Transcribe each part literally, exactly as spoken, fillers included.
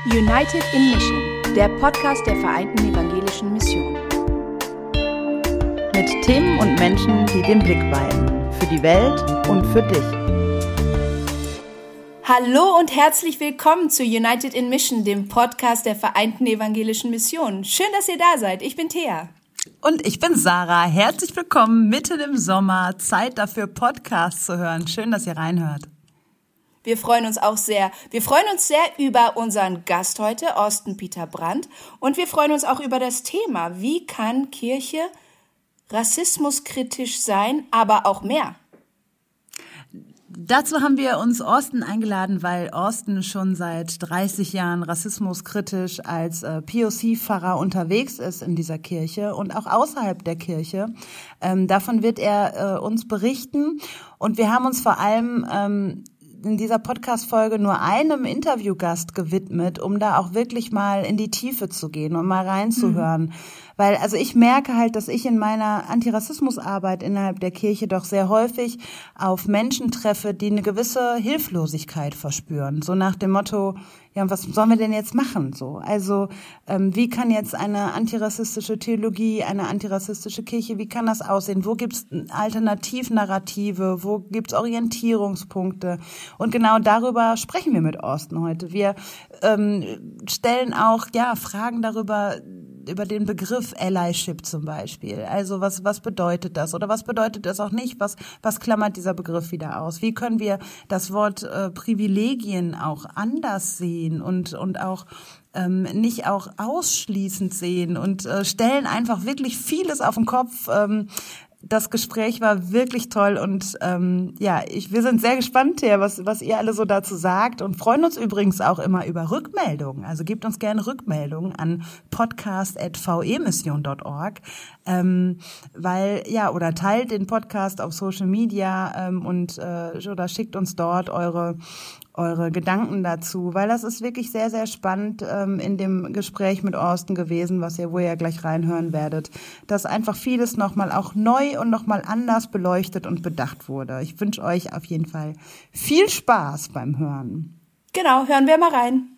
United in Mission, der Podcast der Vereinten Evangelischen Mission. Mit Themen und Menschen, die den Blick weiten. Für die Welt und für dich. Hallo und herzlich willkommen zu United in Mission, dem Podcast der Vereinten Evangelischen Mission. Schön, dass ihr da seid. Ich bin Thea. Und ich bin Sarah. Herzlich willkommen mitten im Sommer. Zeit dafür, Podcasts zu hören. Schön, dass ihr reinhört. Wir freuen uns auch sehr. Wir freuen uns sehr über unseren Gast heute, Austin Peter Brandt. Und wir freuen uns auch über das Thema, wie kann Kirche rassismuskritisch sein, aber auch mehr? Dazu haben wir uns Austin eingeladen, weil Austin schon seit dreißig Jahren rassismuskritisch als äh, P O C-Pfarrer unterwegs ist in dieser Kirche und auch außerhalb der Kirche. Ähm, davon wird er äh, uns berichten. Und wir haben uns vor allem ähm, in dieser Podcast-Folge nur einem Interviewgast gewidmet, um da auch wirklich mal in die Tiefe zu gehen und mal reinzuhören. Mhm. Weil, also ich merke halt, dass ich in meiner Antirassismusarbeit innerhalb der Kirche doch sehr häufig auf Menschen treffe, die eine gewisse Hilflosigkeit verspüren. So nach dem Motto, ja, was sollen wir denn jetzt machen? So, also ähm, wie kann jetzt eine antirassistische Theologie, eine antirassistische Kirche, wie kann das aussehen? Wo gibt's Alternativnarrative? Wo gibt's Orientierungspunkte? Und genau darüber sprechen wir mit Austin heute. Wir ähm, stellen auch ja Fragen darüber, über den Begriff Allyship zum Beispiel. Also was was bedeutet das oder was bedeutet das auch nicht? Was was klammert dieser Begriff wieder aus? Wie können wir das Wort äh, Privilegien auch anders sehen und und auch ähm, nicht auch ausschließend sehen und äh, stellen einfach wirklich vieles auf den Kopf. Ähm, Das Gespräch war wirklich toll und ähm, ja, ich, wir sind sehr gespannt hier, was, was ihr alle so dazu sagt und freuen uns übrigens auch immer über Rückmeldungen. Also gebt uns gerne Rückmeldungen an podcast at v e mission dot org, ähm, weil ja oder teilt den Podcast auf Social Media ähm, und äh, oder schickt uns dort eure eure Gedanken dazu, weil das ist wirklich sehr, sehr spannend ähm, in dem Gespräch mit Austin gewesen, was ihr, wo ihr gleich reinhören werdet, dass einfach vieles nochmal auch neu und nochmal anders beleuchtet und bedacht wurde. Ich wünsche euch auf jeden Fall viel Spaß beim Hören. Genau, hören wir mal rein.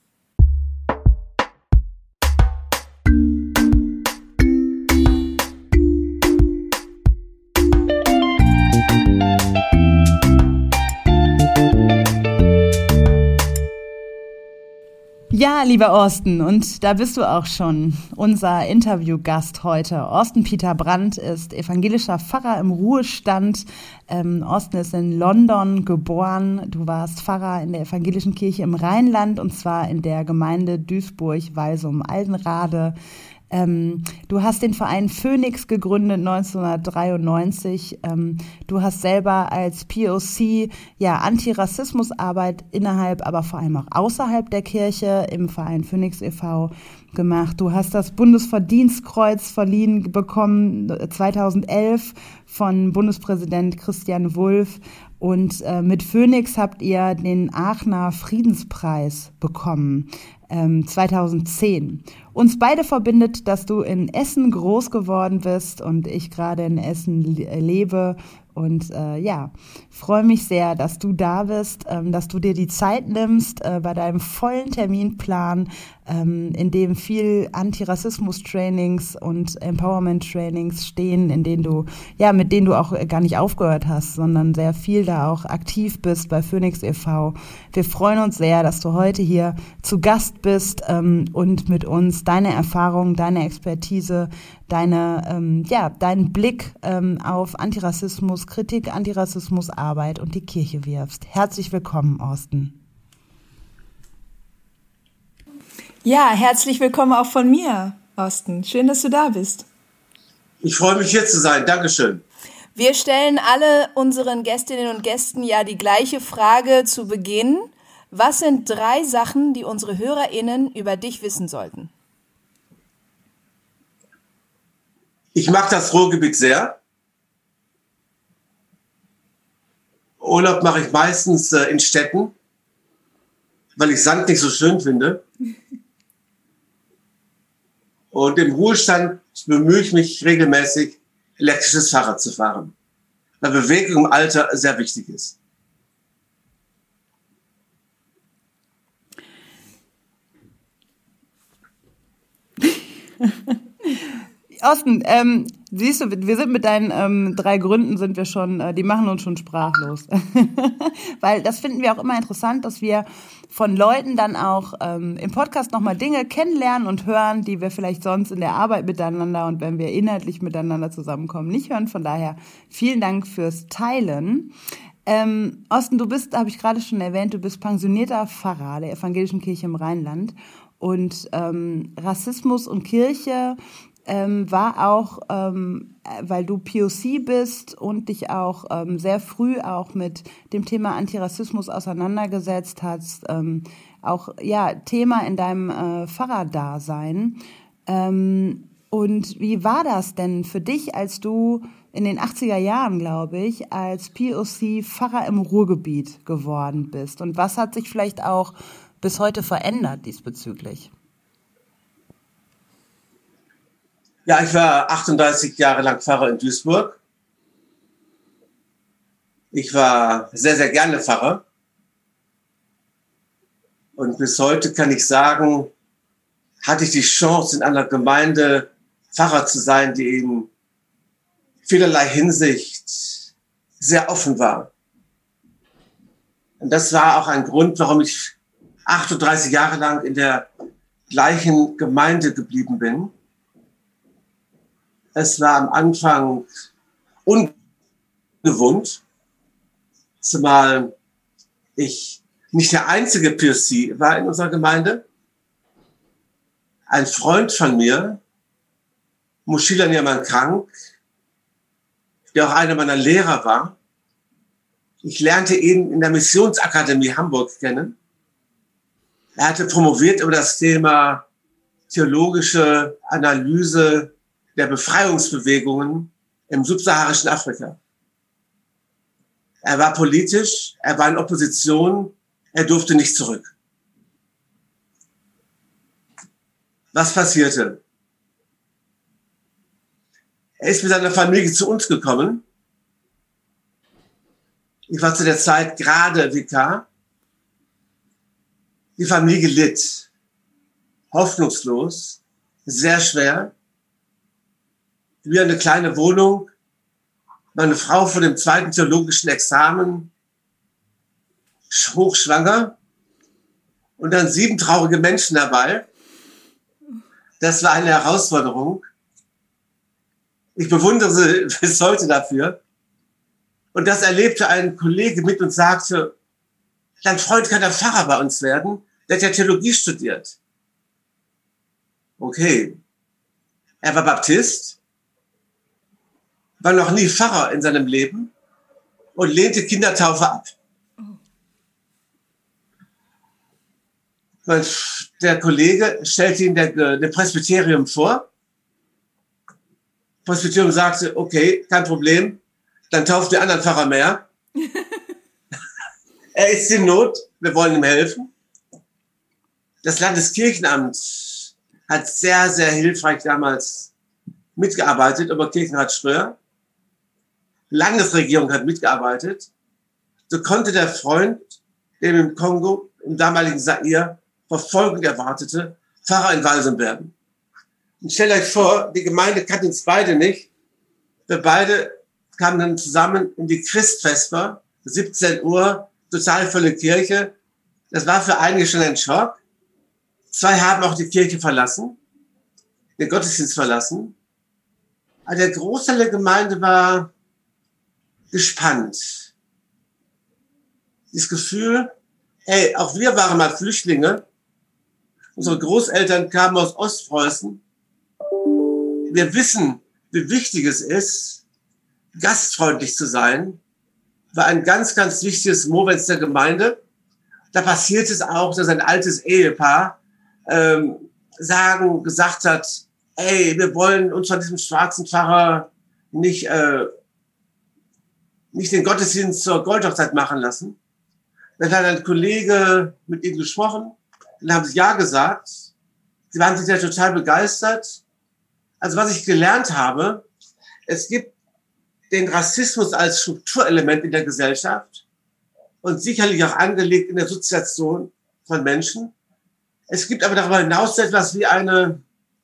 Ja, lieber Austin, und da bist du auch schon, unser Interviewgast heute. Austin Peter Brandt ist evangelischer Pfarrer im Ruhestand. Ähm, Austin ist in London geboren. Du warst Pfarrer in der evangelischen Kirche im Rheinland, und zwar in der Gemeinde Duisburg-Walsum-Altenrade. Ähm, du hast den Verein Phoenix gegründet neunzehnhundertdreiundneunzig. Ähm, du hast selber als P O C ja Antirassismusarbeit innerhalb, aber vor allem auch außerhalb der Kirche im Verein Phoenix e V gemacht. Du hast das Bundesverdienstkreuz verliehen bekommen zweitausendelf von Bundespräsident Christian Wulff. Und äh, mit Phoenix habt ihr den Aachener Friedenspreis bekommen, ähm, zweitausendzehn. Uns beide verbindet, dass du in Essen groß geworden bist und ich gerade in Essen le- lebe. Und äh, ja, freue mich sehr, dass du da bist, ähm, dass du dir die Zeit nimmst äh, bei deinem vollen Terminplan, ähm, in dem viel Antirassismus-Trainings und Empowerment-Trainings stehen, in denen du, ja, mit denen du auch gar nicht aufgehört hast, sondern sehr viel da auch aktiv bist bei Phoenix e V. Wir freuen uns sehr, dass du heute hier zu Gast bist ähm, und mit uns deine Erfahrungen, deine Expertise, deine, ähm, ja, deinen Blick ähm, auf Antirassismus, Kritik, Antirassismusarbeit und die Kirche wirfst. Herzlich willkommen, Austin. Ja, herzlich willkommen auch von mir, Austin. Schön, dass du da bist. Ich freue mich, hier zu sein. Dankeschön. Wir stellen alle unseren Gästinnen und Gästen ja die gleiche Frage zu Beginn. Was sind drei Sachen, die unsere HörerInnen über dich wissen sollten? Ich mag das Ruhrgebiet sehr. Urlaub mache ich meistens äh, in Städten, weil ich Sand nicht so schön finde. Und im Ruhestand bemühe ich mich regelmäßig, elektrisches Fahrrad zu fahren, weil Bewegung im Alter sehr wichtig ist. Osten, ähm, siehst du, wir sind mit deinen ähm, drei Gründen sind wir schon, äh, die machen uns schon sprachlos. Weil das finden wir auch immer interessant, dass wir von Leuten dann auch ähm, im Podcast nochmal Dinge kennenlernen und hören, die wir vielleicht sonst in der Arbeit miteinander und wenn wir inhaltlich miteinander zusammenkommen, nicht hören. Von daher vielen Dank fürs Teilen. Ähm, Osten, du bist, habe ich gerade schon erwähnt, du bist pensionierter Pfarrer der Evangelischen Kirche im Rheinland. Und ähm, Rassismus und Kirche ähm, war auch, ähm, weil du P O C bist und dich auch ähm, sehr früh auch mit dem Thema Antirassismus auseinandergesetzt hast, ähm, auch ja Thema in deinem äh, Pfarrerdasein. Ähm, und wie war das denn für dich, als du in den achtziger Jahren, glaube ich, als P O C Pfarrer im Ruhrgebiet geworden bist? Und was hat sich vielleicht auch bis heute verändert diesbezüglich? Ja, ich war achtunddreißig Jahre lang Pfarrer in Duisburg. Ich war sehr, sehr gerne Pfarrer. Und bis heute kann ich sagen, hatte ich die Chance, in einer Gemeinde Pfarrer zu sein, die in vielerlei Hinsicht sehr offen war. Und das war auch ein Grund, warum ich achtunddreißig Jahre lang in der gleichen Gemeinde geblieben bin. Es war am Anfang ungewohnt, zumal ich nicht der einzige P O C war in unserer Gemeinde. Ein Freund von mir, Mushila Niermann Krank, der auch einer meiner Lehrer war. Ich lernte ihn in der Missionsakademie Hamburg kennen. Er hatte promoviert über das Thema theologische Analyse der Befreiungsbewegungen im subsaharischen Afrika. Er war politisch, er war in Opposition, er durfte nicht zurück. Was passierte? Er ist mit seiner Familie zu uns gekommen. Ich war zu der Zeit gerade Vikar. Die Familie litt. Hoffnungslos, sehr schwer. Wir eine kleine Wohnung, meine Frau vor dem zweiten theologischen Examen, hochschwanger und dann sieben traurige Menschen dabei. Das war eine Herausforderung. Ich bewundere sie bis heute dafür. Und das erlebte ein Kollege mit und sagte, dein Freund kann der Pfarrer bei uns werden, der hat ja Theologie studiert. Okay. Er war Baptist, war noch nie Pfarrer in seinem Leben und lehnte Kindertaufe ab. Der Kollege stellte ihm der, der Presbyterium vor. Das Presbyterium sagte, okay, kein Problem, dann tauft der anderen Pfarrer mehr. Er ist in Not, wir wollen ihm helfen. Das Landeskirchenamt hat sehr, sehr hilfreich damals mitgearbeitet, über Kirchenrat Schröer. Landesregierung hat mitgearbeitet. So konnte der Freund, der im Kongo, im damaligen Zaire, Verfolgung erwartete, Pfarrer in Walsum werden. Und stellt euch vor, die Gemeinde kannte uns beide nicht. Wir beide kamen dann zusammen in die Christvesper, siebzehn Uhr, total volle Kirche. Das war für einige schon ein Schock. Zwei haben auch die Kirche verlassen, den Gottesdienst verlassen. Aber der Großteil der Gemeinde war gespannt. Das Gefühl, hey, auch wir waren mal Flüchtlinge. Unsere Großeltern kamen aus Ostpreußen. Wir wissen, wie wichtig es ist, gastfreundlich zu sein. War ein ganz, ganz wichtiges Moment der Gemeinde. Da passiert es auch, dass ein altes Ehepaar ähm, sagen, gesagt hat, ey, wir wollen uns von diesem schwarzen Pfarrer nicht, äh, nicht den Gottesdienst zur Goldhochzeit machen lassen. Dann hat ein Kollege mit ihnen gesprochen, dann haben sie ja gesagt. Sie waren sich ja total begeistert. Also was ich gelernt habe, es gibt den Rassismus als Strukturelement in der Gesellschaft und sicherlich auch angelegt in der Sozialisation von Menschen. Es gibt aber darüber hinaus etwas wie eine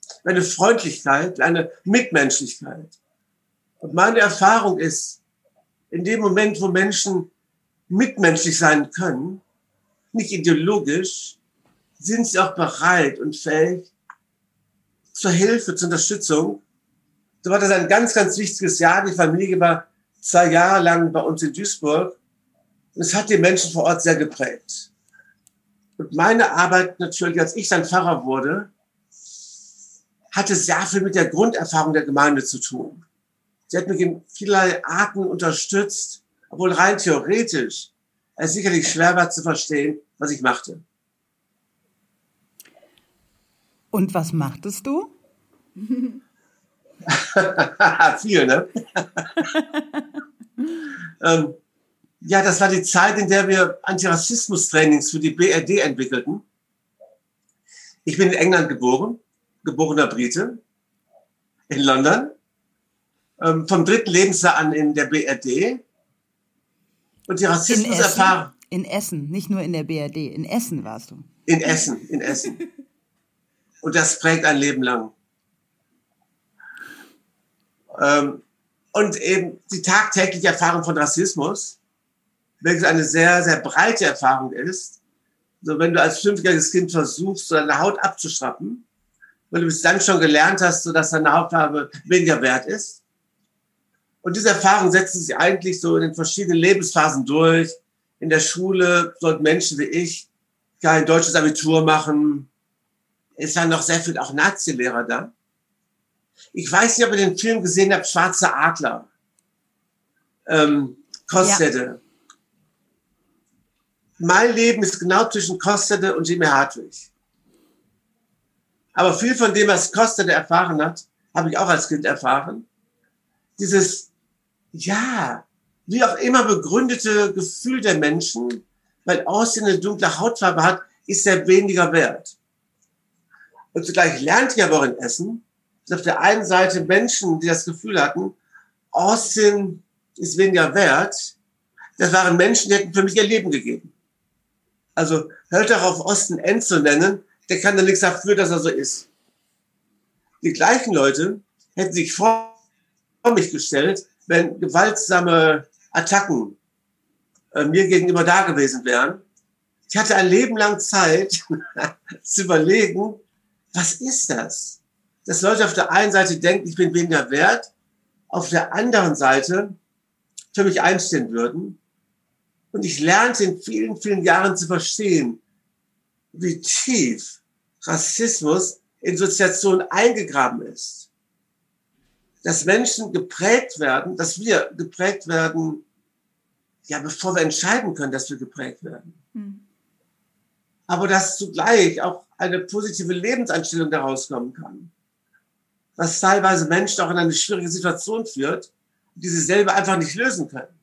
eine Freundlichkeit, eine Mitmenschlichkeit. Und meine Erfahrung ist, in dem Moment, wo Menschen mitmenschlich sein können, nicht ideologisch, sind sie auch bereit und fähig zur Hilfe, zur Unterstützung. So war das ein ganz, ganz wichtiges Jahr. Die Familie war zwei Jahre lang bei uns in Duisburg. Und es hat die Menschen vor Ort sehr geprägt. Und meine Arbeit natürlich, als ich dann Pfarrer wurde, hatte sehr viel mit der Grunderfahrung der Gemeinde zu tun. Sie hat mich in vielerlei Arten unterstützt, obwohl rein theoretisch es sicherlich schwer war zu verstehen, was ich machte. Und was machtest du? Viel, ne? ähm, ja, das war die Zeit, in der wir Antirassismus-Trainings für die B R D entwickelten. Ich bin in England geboren, geborener Brite, in London, ähm, vom dritten Lebensjahr an in der B R D. Und die Rassismuserfahrung. In Essen, nicht nur in der B R D, in Essen warst du. In Essen, in Essen. Und das prägt ein Leben lang. Ähm, und eben die tagtägliche Erfahrung von Rassismus, welches eine sehr, sehr breite Erfahrung ist. So, wenn du als fünfjähriges Kind versuchst, so deine Haut abzuschrappen, weil du bis dann schon gelernt hast, so dass deine Hautfarbe weniger wert ist. Und diese Erfahrung setzt sich eigentlich so in den verschiedenen Lebensphasen durch. In der Schule sollten Menschen wie ich kein deutsches Abitur machen. Es waren noch sehr viele auch Nazi-Lehrer da. Ich weiß nicht, ob ihr den Film gesehen habt, Schwarzer Adler. Ähm, Kostede. Ja. Mein Leben ist genau zwischen Kostede und Jimmy Hartwig. Aber viel von dem, was Kostede erfahren hat, habe ich auch als Kind erfahren. Dieses, ja, wie auch immer begründete Gefühl der Menschen, weil Austin eine dunkle Hautfarbe hat, ist er weniger wert. Und zugleich lernte ich aber auch in Essen, dass auf der einen Seite Menschen, die das Gefühl hatten, Austin ist weniger wert, das waren Menschen, die hätten für mich ihr Leben gegeben. Also hört doch auf, Austin N zu nennen, der kann da nichts dafür, dass er so ist. Die gleichen Leute hätten sich vor mich gestellt, wenn gewaltsame Attacken äh, mir gegenüber da gewesen wären. Ich hatte ein Leben lang Zeit zu überlegen, was ist das? Dass Leute auf der einen Seite denken, ich bin weniger wert, auf der anderen Seite für mich einstehen würden. Und ich lernte in vielen, vielen Jahren zu verstehen, wie tief Rassismus in Soziation eingegraben ist. Dass Menschen geprägt werden, dass wir geprägt werden, ja, bevor wir entscheiden können, dass wir geprägt werden. Hm. Aber dass zugleich auch eine positive Lebenseinstellung daraus kommen kann. Was teilweise Menschen auch in eine schwierige Situation führt, die sie selber einfach nicht lösen können.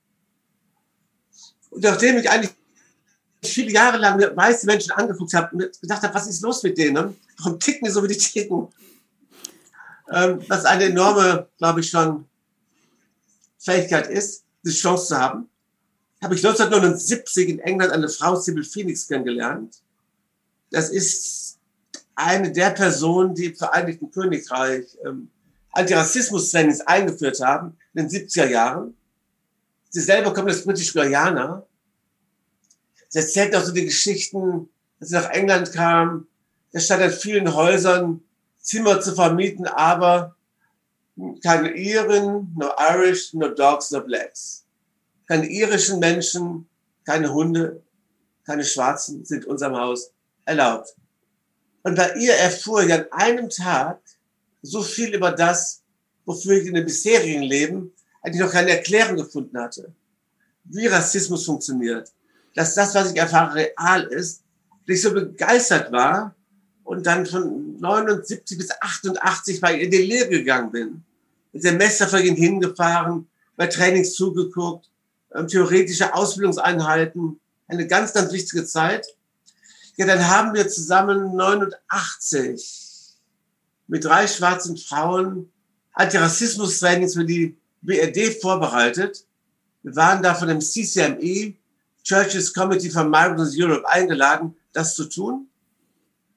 Und nachdem ich eigentlich viele Jahre lang mir meiste Menschen angeguckt habe und gedacht habe, was ist los mit denen? Warum ticken die so, wie die ticken? Ähm, was eine enorme, glaube ich, schon Fähigkeit ist, die Chance zu haben, habe ich neunzehnhundertneunundsiebzig in England eine Frau, Sybil Phoenix, kennengelernt. Das ist eine der Personen, die im Vereinigten Königreich ähm, Antirassismus-Trainings eingeführt haben in den siebziger Jahren. Sie selber kommt aus Britisch-Guyana. Sie erzählt auch so die Geschichten, dass sie nach England kam. Da stand in vielen Häusern Zimmer zu vermieten, aber keine Iren, no Irish, no Dogs, no Blacks. Keine irischen Menschen, keine Hunde, keine Schwarzen sind in unserem Haus erlaubt. Und bei ihr erfuhr ich an einem Tag so viel über das, wofür ich in dem bisherigen Leben eigentlich noch keine Erklärung gefunden hatte. Wie Rassismus funktioniert. Dass das, was ich erfahre, real ist. Dass ich so begeistert war und dann von neunundsiebzig bis achtundachtzig bei ihr in die Lehre gegangen bin. Mit Semester für ihn hingefahren, bei Trainings zugeguckt, theoretische Ausbildungseinheiten. Eine ganz, ganz wichtige Zeit. Ja, dann haben wir zusammen neunundachtzig mit drei schwarzen Frauen Antirassismus-Trainings für die B R D vorbereitet. Wir waren da von dem C C M E, Churches Committee for Migrants Europe, eingeladen, das zu tun.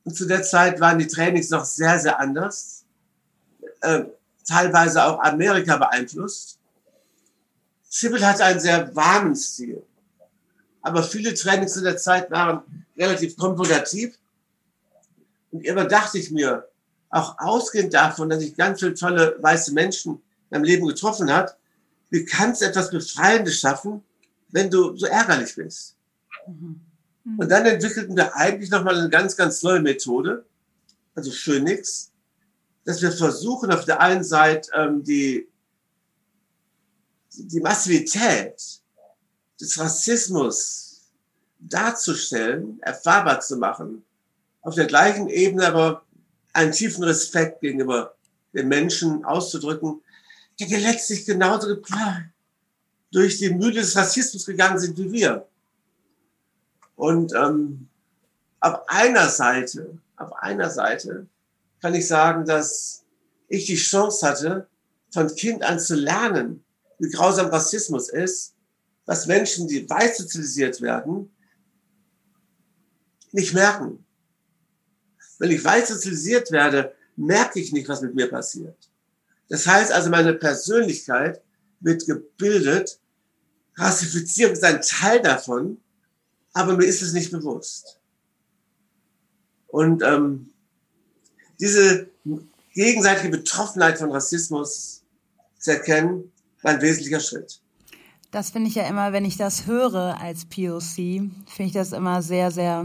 Und zu der Zeit waren die Trainings noch sehr, sehr anders. Äh, teilweise auch Amerika beeinflusst. Sybil hatte einen sehr warmen Stil. Aber viele Trainings zu der Zeit waren relativ konfrontativ. Und immer dachte ich mir, auch ausgehend davon, dass ich ganz viele tolle weiße Menschen in meinem Leben getroffen habe, wie kannst du etwas Befreiendes schaffen, wenn du so ärgerlich bist? Mhm. Und dann entwickelten wir eigentlich nochmal eine ganz, ganz neue Methode, also Schönix, dass wir versuchen, auf der einen Seite ähm, die, die Massivität des Rassismus darzustellen, erfahrbar zu machen, auf der gleichen Ebene aber einen tiefen Respekt gegenüber den Menschen auszudrücken, die letztlich genauso durch die Mühle des Rassismus gegangen sind wie wir. Und ähm, auf einer Seite, auf einer Seite kann ich sagen, dass ich die Chance hatte, von Kind an zu lernen, wie grausam Rassismus ist, was Menschen, die weiß sozialisiert werden, nicht merken. Wenn ich weiß sozialisiert werde, merke ich nicht, was mit mir passiert. Das heißt also, meine Persönlichkeit wird gebildet. Rassifizierung ist ein Teil davon, aber mir ist es nicht bewusst. Und ähm, diese gegenseitige Betroffenheit von Rassismus zu erkennen, war ein wesentlicher Schritt. Das finde ich ja immer, wenn ich das höre als P O C, finde ich das immer sehr, sehr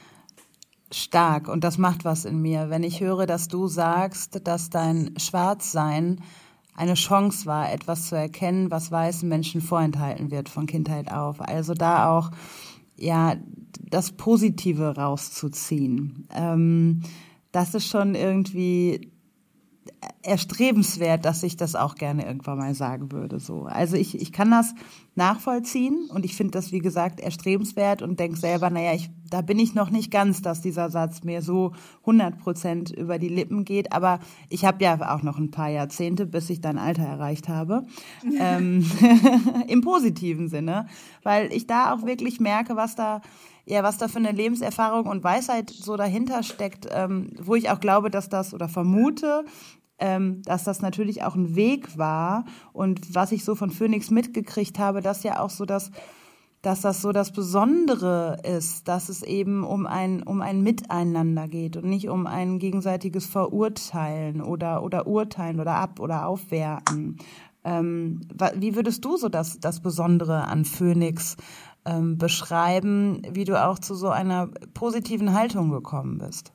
stark und das macht was in mir. Wenn ich höre, dass du sagst, dass dein Schwarzsein eine Chance war, etwas zu erkennen, was weißen Menschen vorenthalten wird von Kindheit auf. Also da auch ja das Positive rauszuziehen. Ähm, das ist schon irgendwie erstrebenswert, dass ich das auch gerne irgendwann mal sagen würde. So. Also ich, ich kann das nachvollziehen und ich finde das, wie gesagt, erstrebenswert und denke selber, naja, ich, da bin ich noch nicht ganz, dass dieser Satz mir so hundert Prozent über die Lippen geht, aber ich habe ja auch noch ein paar Jahrzehnte, bis ich dein Alter erreicht habe, ähm, im positiven Sinne, weil ich da auch wirklich merke, was da ja, was da für eine Lebenserfahrung und Weisheit so dahinter steckt, ähm, wo ich auch glaube, dass das oder vermute, ähm, dass das natürlich auch ein Weg war und was ich so von Phoenix mitgekriegt habe, dass ja auch so das, dass das so das Besondere ist, dass es eben um ein um ein Miteinander geht und nicht um ein gegenseitiges Verurteilen oder oder Urteilen oder ab oder aufwerten. Ähm, wie würdest du so das das Besondere an Phoenix ähm, beschreiben, wie du auch zu so einer positiven Haltung gekommen bist?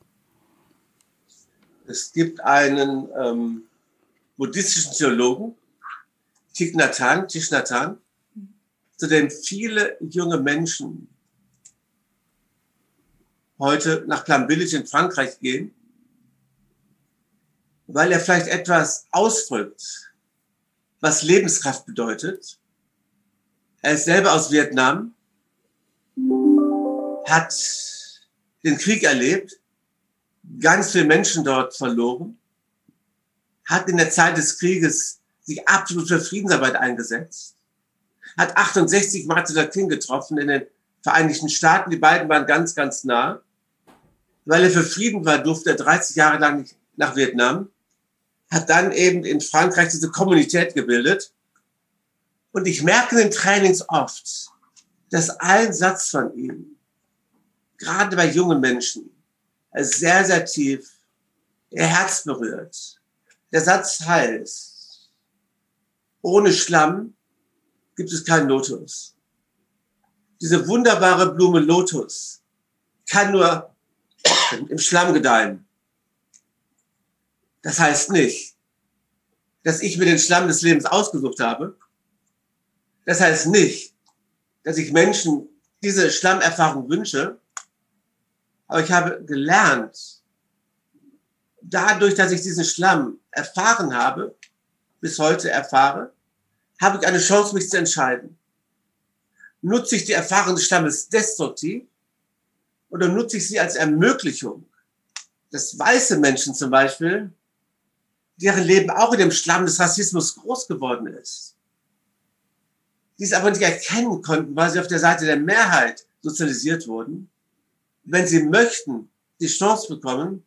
Es gibt einen ähm, buddhistischen Theologen, Thich Nhat Hanh, Thich Nhat Hanh, zu dem viele junge Menschen heute nach Plum Village in Frankreich gehen, weil er vielleicht etwas ausdrückt, was Lebenskraft bedeutet. Er ist selber aus Vietnam, hat den Krieg erlebt, ganz viele Menschen dort verloren, hat in der Zeit des Krieges sich absolut für Friedensarbeit eingesetzt, hat achtundsechzig Martin Luther King getroffen in den Vereinigten Staaten. Die beiden waren ganz, ganz nah. Weil er für Frieden war, durfte er dreißig Jahre lang nicht nach Vietnam, hat dann eben in Frankreich diese Kommunität gebildet. Und ich merke in den Trainings oft, dass ein Satz von ihm, gerade bei jungen Menschen, sehr, sehr tief ihr Herz berührt. Der Satz heißt, ohne Schlamm gibt es keinen Lotus. Diese wunderbare Blume Lotus kann nur im Schlamm gedeihen. Das heißt nicht, dass ich mir den Schlamm des Lebens ausgesucht habe. Das heißt nicht, dass ich Menschen diese Schlammerfahrung wünsche. Aber ich habe gelernt, dadurch, dass ich diesen Schlamm erfahren habe, bis heute erfahre, habe ich eine Chance, mich zu entscheiden. Nutze ich die Erfahrung des Stammes destruktiv oder nutze ich sie als Ermöglichung, dass weiße Menschen zum Beispiel, deren Leben auch in dem Schlamm des Rassismus groß geworden ist, die es aber nicht erkennen konnten, weil sie auf der Seite der Mehrheit sozialisiert wurden, wenn sie möchten, die Chance bekommen,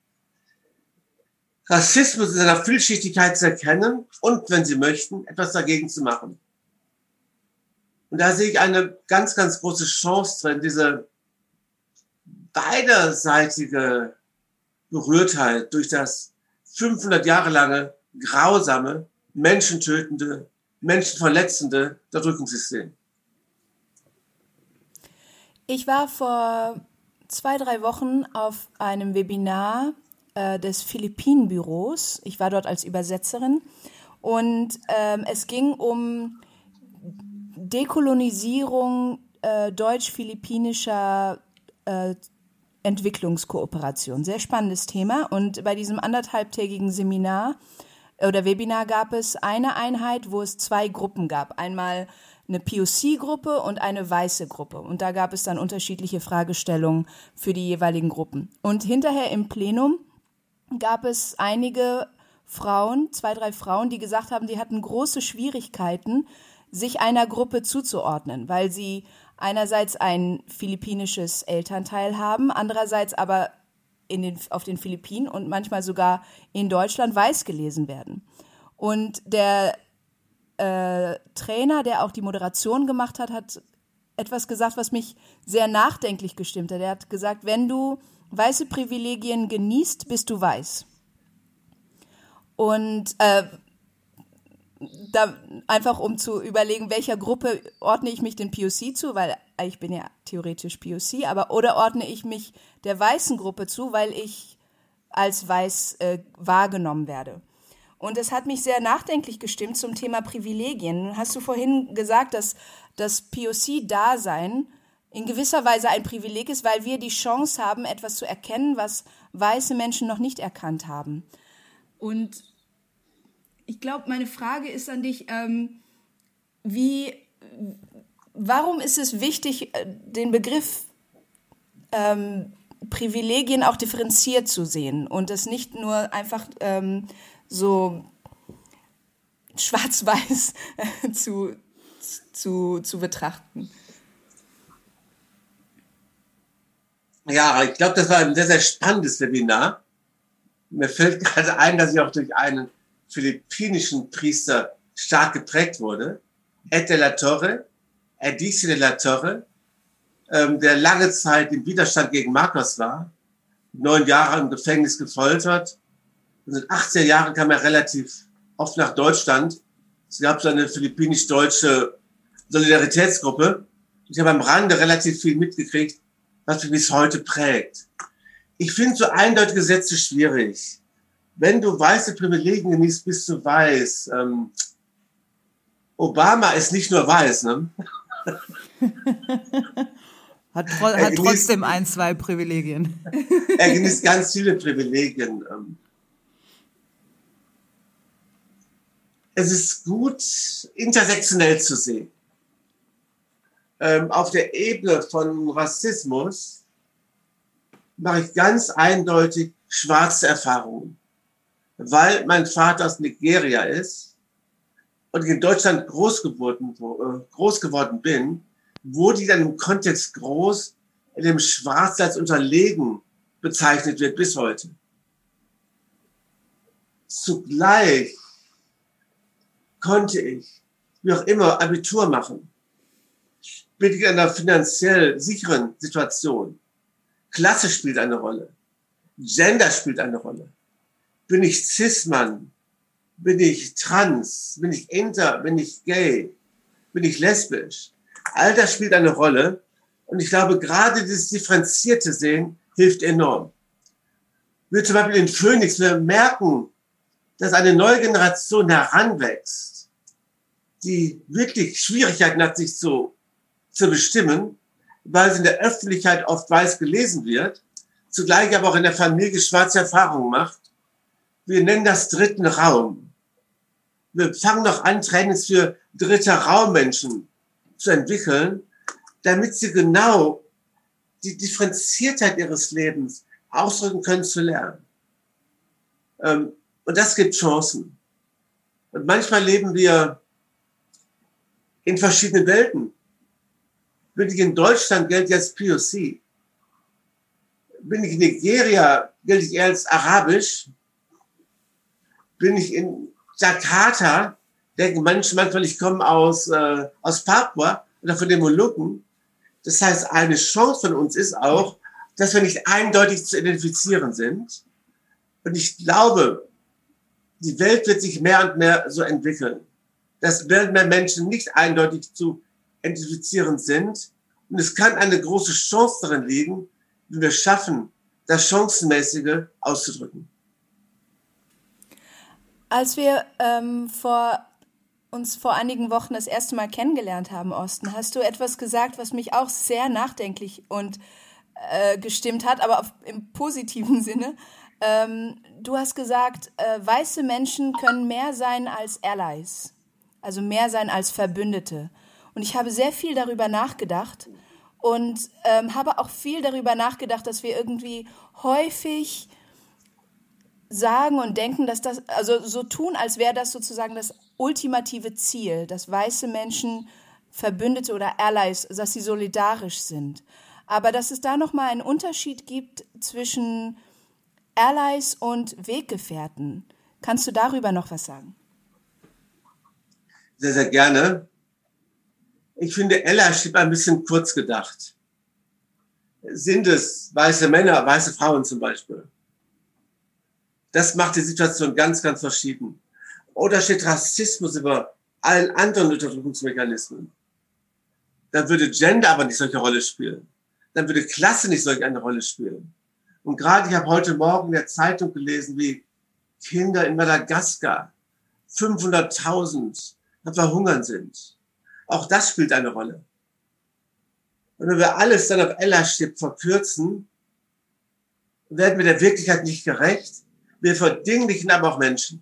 Rassismus in seiner Vielschichtigkeit zu erkennen und, wenn sie möchten, etwas dagegen zu machen. Und da sehe ich eine ganz, ganz große Chance drin, diese beiderseitige Berührtheit durch das fünfhundert Jahre lange grausame, menschentötende, menschenverletzende Unterdrückungssystem. Ich war vor zwei, drei Wochen auf einem Webinar äh, des Philippinen-Büros. Ich war dort als Übersetzerin und ähm, es ging um Dekolonisierung äh, deutsch-philippinischer äh, Entwicklungskooperation. Sehr spannendes Thema. Und bei diesem anderthalbtägigen Seminar oder Webinar gab es eine Einheit, wo es zwei Gruppen gab. Einmal eine P O C-Gruppe und eine weiße Gruppe. Und da gab es dann unterschiedliche Fragestellungen für die jeweiligen Gruppen. Und hinterher im Plenum gab es einige Frauen, zwei, drei Frauen, die gesagt haben, die hatten große Schwierigkeiten, sich einer Gruppe zuzuordnen, weil sie einerseits ein philippinisches Elternteil haben, andererseits aber in den, auf den Philippinen und manchmal sogar in Deutschland weiß gelesen werden. Und der äh, Trainer, der auch die Moderation gemacht hat, hat etwas gesagt, was mich sehr nachdenklich gestimmt hat. Er hat gesagt, wenn du weiße Privilegien genießt, bist du weiß. Und äh, da einfach um zu überlegen, welcher Gruppe ordne ich mich den P O C zu, weil ich bin ja theoretisch P O C, aber oder ordne ich mich der weißen Gruppe zu, weil ich als weiß äh, wahrgenommen werde. Und es hat mich sehr nachdenklich gestimmt zum Thema Privilegien. Hast du vorhin gesagt, dass das P O C-Dasein in gewisser Weise ein Privileg ist, weil wir die Chance haben, etwas zu erkennen, was weiße Menschen noch nicht erkannt haben. Und ich glaube, meine Frage ist an dich, ähm, wie, warum ist es wichtig, den Begriff ähm, Privilegien auch differenziert zu sehen und das nicht nur einfach ähm, so schwarz-weiß zu, zu, zu betrachten? Ja, ich glaube, das war ein sehr, sehr spannendes Webinar. Mir fällt gerade ein, dass ich auch durch einen philippinischen Priester stark geprägt wurde, Ed de la Torre, Edicio de la Torre, ähm, der lange Zeit im Widerstand gegen Marcos war, neun Jahre im Gefängnis gefoltert. Und in den achtziger Jahren kam er relativ oft nach Deutschland. Es gab so eine philippinisch-deutsche Solidaritätsgruppe. Ich habe am Rande relativ viel mitgekriegt, was mich bis heute prägt. Ich finde so eindeutige Sätze schwierig. Wenn du weiße Privilegien genießt, bist du weiß. Ähm, Obama ist nicht nur weiß, ne? Hat, tro- hat genießt, trotzdem ein, zwei Privilegien. Er genießt ganz viele Privilegien. Es ist gut, intersektionell zu sehen. Ähm, auf der Ebene von Rassismus mache ich ganz eindeutig schwarze Erfahrungen. Weil mein Vater aus Nigeria ist und ich in Deutschland groß geworden, groß geworden bin, wurde ich dann im Kontext groß, in dem Schwarz als unterlegen bezeichnet wird bis heute. Zugleich konnte ich, wie auch immer, Abitur machen. Bin ich in einer finanziell sicheren Situation. Klasse spielt eine Rolle. Gender spielt eine Rolle. Bin ich Cis-Mann? Bin ich trans? Bin ich inter? Bin ich gay? Bin ich lesbisch? All das spielt eine Rolle. Und ich glaube, gerade dieses differenzierte Sehen hilft enorm. Wir zum Beispiel in Phoenix, wir merken, dass eine neue Generation heranwächst, die wirklich Schwierigkeiten hat, sich zu, zu bestimmen, weil sie in der Öffentlichkeit oft weiß gelesen wird, zugleich aber auch in der Familie schwarze Erfahrungen macht. Wir nennen das dritten Raum. Wir fangen noch an, Trainings für dritter Raummenschen zu entwickeln, damit sie genau die Differenziertheit ihres Lebens ausdrücken können, zu lernen. Und das gibt Chancen. Und manchmal leben wir in verschiedenen Welten. Wenn ich in Deutschland gelte als P O C, bin ich in Nigeria, gilt ich eher als arabisch. Bin ich in Jakarta, denken manche manchmal, ich komme aus, äh, aus Papua oder von den Molukken. Das heißt, eine Chance von uns ist auch, dass wir nicht eindeutig zu identifizieren sind. Und ich glaube, die Welt wird sich mehr und mehr so entwickeln, dass mehr und mehr Menschen nicht eindeutig zu identifizieren sind. Und es kann eine große Chance darin liegen, wenn wir schaffen, das Chancenmäßige auszudrücken. Als wir ähm, vor, uns vor einigen Wochen das erste Mal kennengelernt haben, Osten, hast du etwas gesagt, was mich auch sehr nachdenklich und äh, gestimmt hat, aber auf, im positiven Sinne. Ähm, du hast gesagt, äh, weiße Menschen können mehr sein als Allies, also mehr sein als Verbündete. Und ich habe sehr viel darüber nachgedacht und ähm, habe auch viel darüber nachgedacht, dass wir irgendwie häufig sagen und denken, dass das, also so tun, als wäre das sozusagen das ultimative Ziel, dass weiße Menschen Verbündete oder Allies, dass sie solidarisch sind. Aber dass es da nochmal einen Unterschied gibt zwischen Allies und Weggefährten. Kannst du darüber noch was sagen? Sehr, sehr gerne. Ich finde, Allies steht ein bisschen kurz gedacht. Sind es weiße Männer, weiße Frauen zum Beispiel? Das macht die Situation ganz, ganz verschieden. Oder steht Rassismus über allen anderen Unterdrückungsmechanismen? Dann würde Gender aber nicht solche Rolle spielen. Dann würde Klasse nicht solch eine Rolle spielen. Und gerade, ich habe heute Morgen in der Zeitung gelesen, wie Kinder in Madagaskar, fünfhunderttausend, am Verhungern sind. Auch das spielt eine Rolle. Und wenn wir alles dann auf Allyship verkürzen, werden wir der Wirklichkeit nicht gerecht. Wir verdinglichen aber auch Menschen.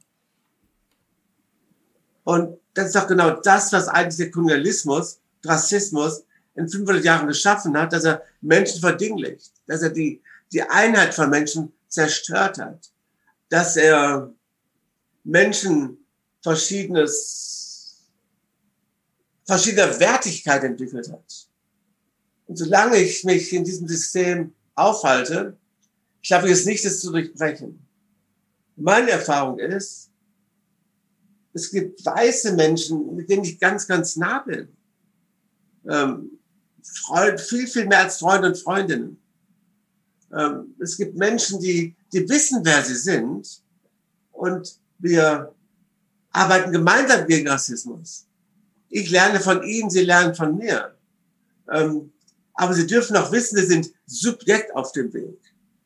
Und das ist doch genau das, was eigentlich der Kolonialismus, Rassismus in fünfhundert Jahren geschaffen hat, dass er Menschen verdinglicht, dass er die, die Einheit von Menschen zerstört hat, dass er Menschen verschiedenes, verschiedener Wertigkeit entwickelt hat. Und solange ich mich in diesem System aufhalte, schaffe ich es nicht, es zu durchbrechen. Meine Erfahrung ist, es gibt weiße Menschen, mit denen ich ganz, ganz nah bin. Ähm, Freund, viel, viel mehr als Freunde und Freundinnen. Ähm, es gibt Menschen, die, die wissen, wer sie sind. Und wir arbeiten gemeinsam gegen Rassismus. Ich lerne von ihnen, sie lernen von mir. Ähm, aber sie dürfen auch wissen, sie sind Subjekt auf dem Weg.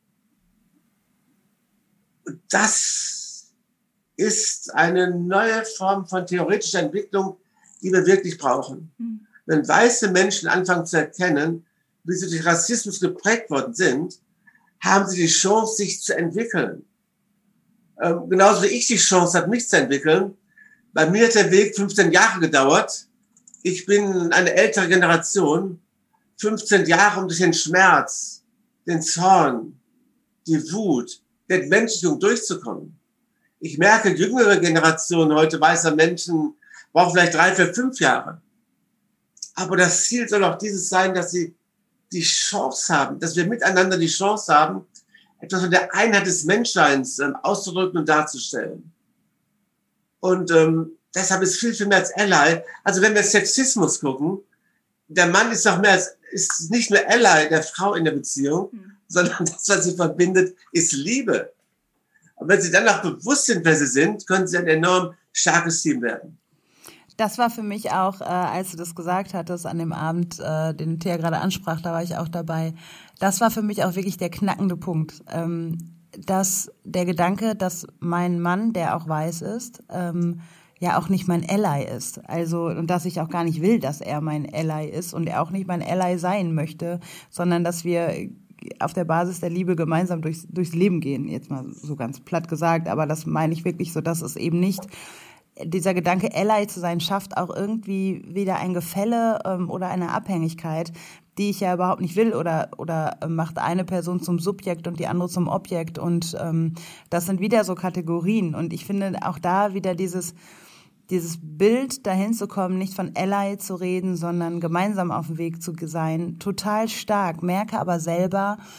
Und das ist eine neue Form von theoretischer Entwicklung, die wir wirklich brauchen. Mhm. Wenn weiße Menschen anfangen zu erkennen, wie sie durch Rassismus geprägt worden sind, haben sie die Chance, sich zu entwickeln. Ähm, genauso wie ich die Chance habe, mich zu entwickeln. Bei mir hat der Weg fünfzehn Jahre gedauert. Ich bin eine ältere Generation. fünfzehn Jahre, um durch den Schmerz, den Zorn, die Wut, die Entmenschlichung durchzukommen. Ich merke, jüngere Generationen heute weißer Menschen brauchen vielleicht drei, vier, fünf Jahre. Aber das Ziel soll auch dieses sein, dass sie die Chance haben, dass wir miteinander die Chance haben, etwas von der Einheit des Menschseins ähm, auszudrücken und darzustellen. Und ähm, deshalb ist viel, viel mehr als Ally. Also wenn wir Sexismus gucken, der Mann ist doch mehr als, ist nicht nur Ally der Frau in der Beziehung, mhm. sondern das, was sie verbindet, ist Liebe. Und wenn sie dann auch bewusst sind, wer sie sind, können sie ein enorm starkes Team werden. Das war für mich auch, äh, als du das gesagt hattest, an dem Abend, äh, den Thea gerade ansprach, da war ich auch dabei. Das war für mich auch wirklich der knackende Punkt. Ähm, dass der Gedanke, dass mein Mann, der auch weiß ist, ähm, ja auch nicht mein Ally ist. Also, und dass ich auch gar nicht will, dass er mein Ally ist und er auch nicht mein Ally sein möchte, sondern dass wir auf der Basis der Liebe gemeinsam durchs, durchs Leben gehen. Jetzt mal so ganz platt gesagt, aber das meine ich wirklich so, dass es eben nicht dieser Gedanke, Ally zu sein, schafft auch irgendwie wieder ein Gefälle ähm, oder eine Abhängigkeit, die ich ja überhaupt nicht will, oder oder macht eine Person zum Subjekt und die andere zum Objekt, und ähm, das sind wieder so Kategorien, und ich finde auch da wieder dieses dieses Bild, dahin zu kommen, nicht von Ally zu reden, sondern gemeinsam auf dem Weg zu sein, total stark, merke aber selber,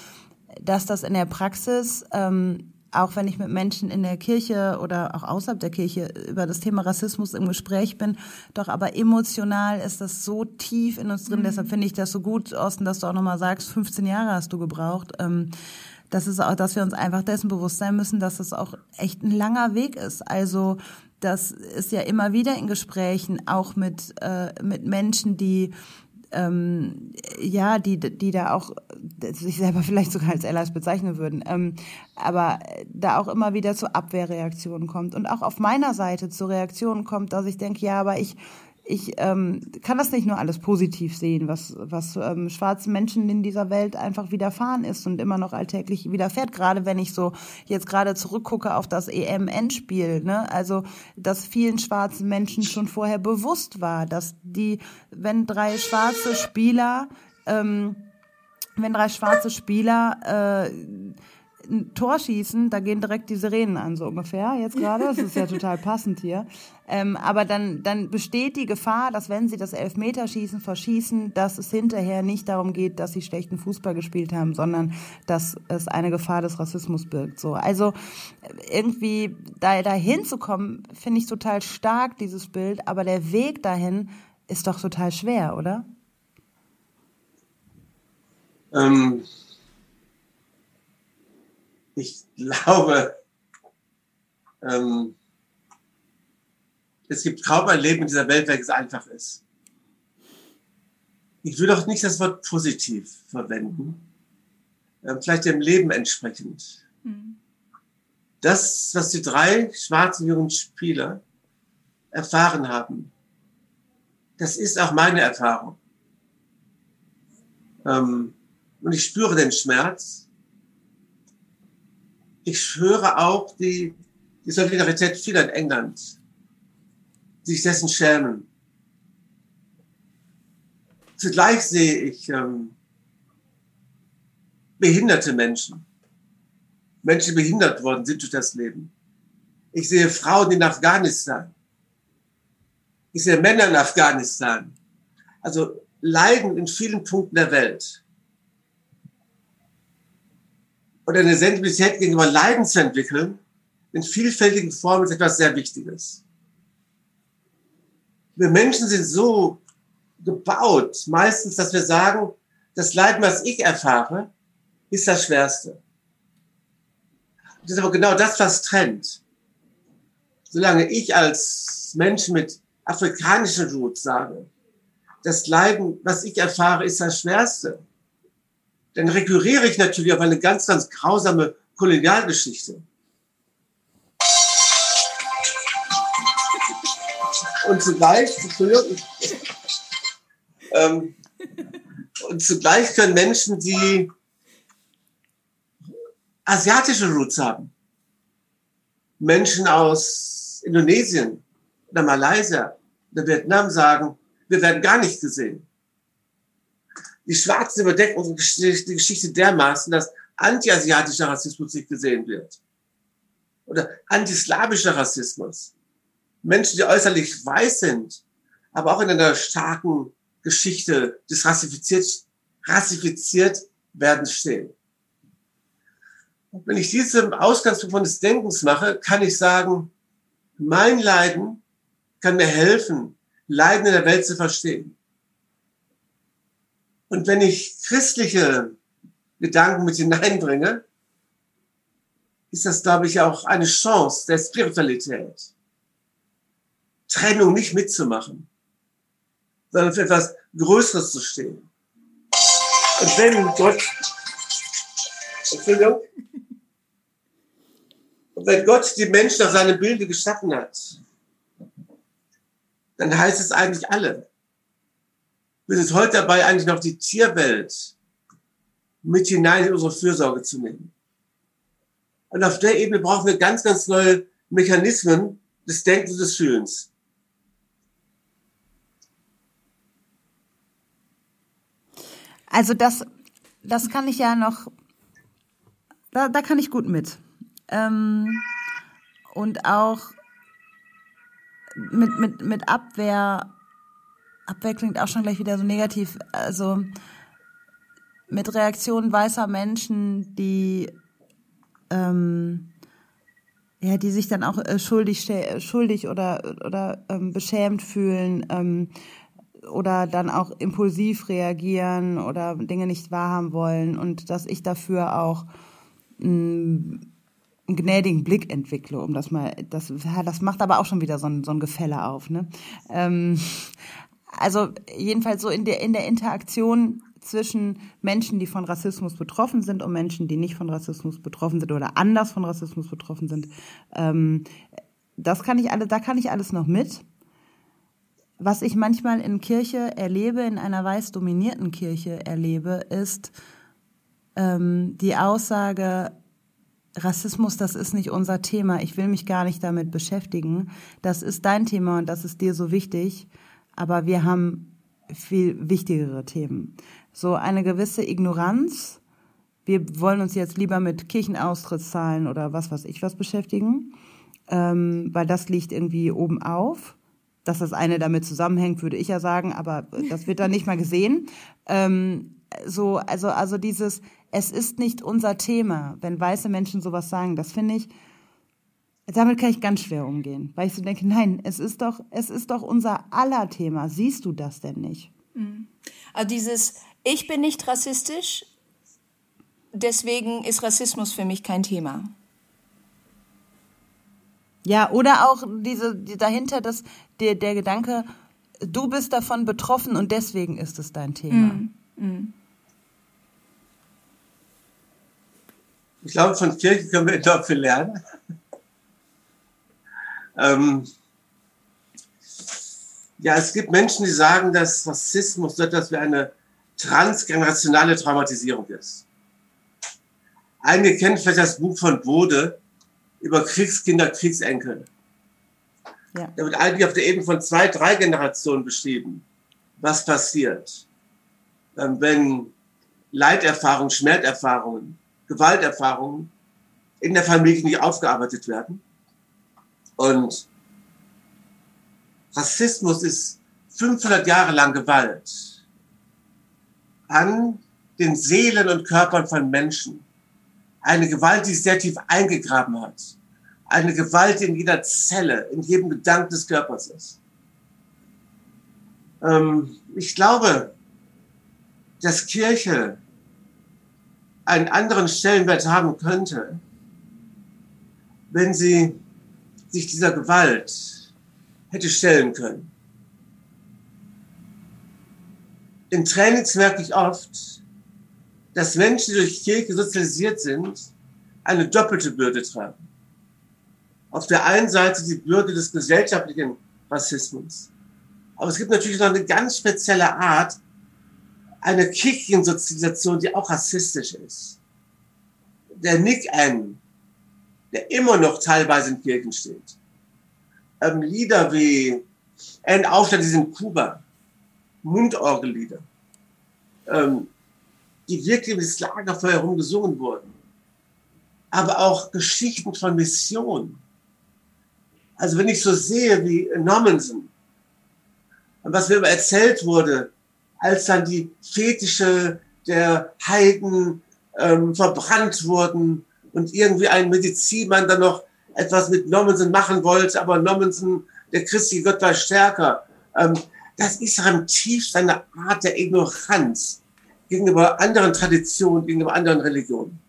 dass das in der Praxis, ähm, auch wenn ich mit Menschen in der Kirche oder auch außerhalb der Kirche über das Thema Rassismus im Gespräch bin, doch aber emotional ist das so tief in uns drin. Mhm. Deshalb finde ich das so gut, Osten, dass du auch nochmal sagst, fünfzehn Jahre hast du gebraucht. Ähm, das ist auch, dass wir uns einfach dessen bewusst sein müssen, dass es auch echt ein langer Weg ist. Also das ist ja immer wieder in Gesprächen, auch mit äh, mit Menschen, die Ähm, ja, die die da auch sich selber vielleicht sogar als Allies bezeichnen würden, ähm, aber da auch immer wieder zu Abwehrreaktionen kommt und auch auf meiner Seite zu Reaktionen kommt, dass ich denke, ja, aber ich ich ähm, kann das nicht nur alles positiv sehen, was was ähm, schwarzen Menschen in dieser Welt einfach widerfahren ist und immer noch alltäglich widerfährt. Gerade wenn ich so jetzt gerade zurückgucke auf das E M-Endspiel, ne, also dass vielen schwarzen Menschen schon vorher bewusst war, dass die, wenn drei schwarze Spieler, ähm, wenn drei schwarze Spieler äh, ein Tor schießen, da gehen direkt die Sirenen an, so ungefähr, jetzt gerade. Das ist ja total passend hier. Ähm, aber dann, dann besteht die Gefahr, dass wenn sie das Elfmeterschießen verschießen, dass es hinterher nicht darum geht, dass sie schlechten Fußball gespielt haben, sondern dass es eine Gefahr des Rassismus birgt. So, also irgendwie da dahin zu kommen, finde ich total stark, dieses Bild. Aber der Weg dahin ist doch total schwer, oder? Ähm Ich glaube, ähm, es gibt kaum ein Leben in dieser Welt, welches einfach ist. Ich will auch nicht das Wort positiv verwenden, äh, vielleicht dem Leben entsprechend. Mhm. Das, was die drei schwarzen jungen Spieler erfahren haben, das ist auch meine Erfahrung. Ähm, und ich spüre den Schmerz. Ich höre auch die, die Solidarität vieler in England, die sich dessen schämen. Zugleich sehe ich ähm, behinderte Menschen, Menschen, die behindert worden sind durch das Leben. Ich sehe Frauen in Afghanistan. Ich sehe Männer in Afghanistan. Also Leiden in vielen Punkten der Welt. Und eine Sensibilität gegenüber Leiden zu entwickeln, in vielfältigen Formen, ist etwas sehr Wichtiges. Wir Menschen sind so gebaut, meistens, dass wir sagen, das Leiden, was ich erfahre, ist das Schwerste. Das ist aber genau das, was trennt. Solange ich als Mensch mit afrikanischen Roots sage, das Leiden, was ich erfahre, ist das Schwerste, dann rekurriere ich natürlich auf eine ganz, ganz grausame Kolonialgeschichte. Und zugleich, ähm, und zugleich können Menschen, die asiatische Roots haben, Menschen aus Indonesien oder Malaysia oder Vietnam sagen, wir werden gar nicht gesehen. Die Schwarzen überdecken unsere Geschichte, Geschichte dermaßen, dass anti-asiatischer Rassismus nicht gesehen wird. Oder antislawischer Rassismus. Menschen, die äußerlich weiß sind, aber auch in einer starken Geschichte des rassifiziert, rassifiziert werden stehen. Und wenn ich diese Ausgangspunkt des Denkens mache, kann ich sagen, mein Leiden kann mir helfen, Leiden in der Welt zu verstehen. Und wenn ich christliche Gedanken mit hineinbringe, ist das, glaube ich, auch eine Chance der Spiritualität. Trennung nicht mitzumachen, sondern für etwas Größeres zu stehen. Und wenn Gott, Entschuldigung, und wenn Gott die Menschen nach seinem Bilde geschaffen hat, dann heißt es eigentlich alle. Wir sind heute dabei, eigentlich noch die Tierwelt mit hinein in unsere Fürsorge zu nehmen. Und auf der Ebene brauchen wir ganz, ganz neue Mechanismen des Denkens und des Fühlens. Also das, das kann ich ja noch, da, da kann ich gut mit. Ähm, und auch mit, mit, mit Abwehr, Abwehr klingt auch schon gleich wieder so negativ. Also mit Reaktionen weißer Menschen, die ähm, ja, die sich dann auch äh, schuldig, schuldig oder oder ähm, beschämt fühlen ähm, oder dann auch impulsiv reagieren oder Dinge nicht wahrhaben wollen und dass ich dafür auch mh, einen gnädigen Blick entwickle, um das mal, das, ja, das macht aber auch schon wieder so ein, so ein Gefälle auf, ne? Ähm, also jedenfalls so in der in der Interaktion zwischen Menschen, die von Rassismus betroffen sind und Menschen, die nicht von Rassismus betroffen sind oder anders von Rassismus betroffen sind. Ähm, das kann ich alle, da kann ich alles noch mit. Was ich manchmal in Kirche erlebe, in einer weiß dominierten Kirche erlebe, ist ähm, die Aussage, Rassismus, das ist nicht unser Thema, ich will mich gar nicht damit beschäftigen. Das ist dein Thema und das ist dir so wichtig, aber wir haben viel wichtigere Themen. So eine gewisse Ignoranz. Wir wollen uns jetzt lieber mit Kirchenaustrittszahlen oder was weiß ich was beschäftigen, ähm, weil das liegt irgendwie oben auf. Dass das eine damit zusammenhängt, würde ich ja sagen, aber das wird dann nicht mal gesehen. Ähm, so, also, also dieses, es ist nicht unser Thema, wenn weiße Menschen sowas sagen, das finde ich, damit kann ich ganz schwer umgehen, weil ich so denke, nein, es ist doch, es ist doch unser aller Thema. Siehst du das denn nicht? Also dieses, ich bin nicht rassistisch, deswegen ist Rassismus für mich kein Thema. Ja, oder auch diese die dahinter, dass der, der Gedanke, du bist davon betroffen und deswegen ist es dein Thema. Mm, mm. Ich glaube, von Kirche können wir enorm viel lernen. ähm, ja, es gibt Menschen, die sagen, dass Rassismus so etwas wie eine transgenerationale Traumatisierung ist. Einige kennen vielleicht das Buch von Bode über Kriegskinder, Kriegsenkel. Ja. Da wird eigentlich auf der Ebene von zwei, drei Generationen beschrieben, was passiert, wenn Leiterfahrungen, Schmerzerfahrungen, Gewalterfahrungen in der Familie nicht aufgearbeitet werden. Und Rassismus ist fünfhundert Jahre lang Gewalt an den Seelen und Körpern von Menschen. Eine Gewalt, die sich sehr tief eingegraben hat. Eine Gewalt, die in jeder Zelle, in jedem Gedanken des Körpers ist. Ähm, ich glaube, dass Kirche einen anderen Stellenwert haben könnte, wenn sie sich dieser Gewalt hätte stellen können. In Trainings merke ich oft, dass Menschen, die durch Kirche sozialisiert sind, eine doppelte Bürde tragen. Auf der einen Seite die Bürde des gesellschaftlichen Rassismus. Aber es gibt natürlich noch eine ganz spezielle Art, eine Kirchensozialisation, die auch rassistisch ist. Der Nick N., der immer noch teilweise in Kirchen steht. Ähm, Lieder wie Ein Aufstand ist in Kuba, Mundorgellieder, ähm, die wirklich um das Lagerfeuer herum gesungen wurden. Aber auch Geschichten von Mission. Also wenn ich so sehe wie Nommensen, was mir immer erzählt wurde, als dann die Fetische der Heiden ähm, verbrannt wurden und irgendwie ein Medizinmann dann noch etwas mit Nommensen machen wollte, aber Nommensen, der christliche Gott, war stärker. Ähm, das ist ja im tiefsten eine Art der Ignoranz gegenüber anderen Traditionen, gegenüber anderen Religionen.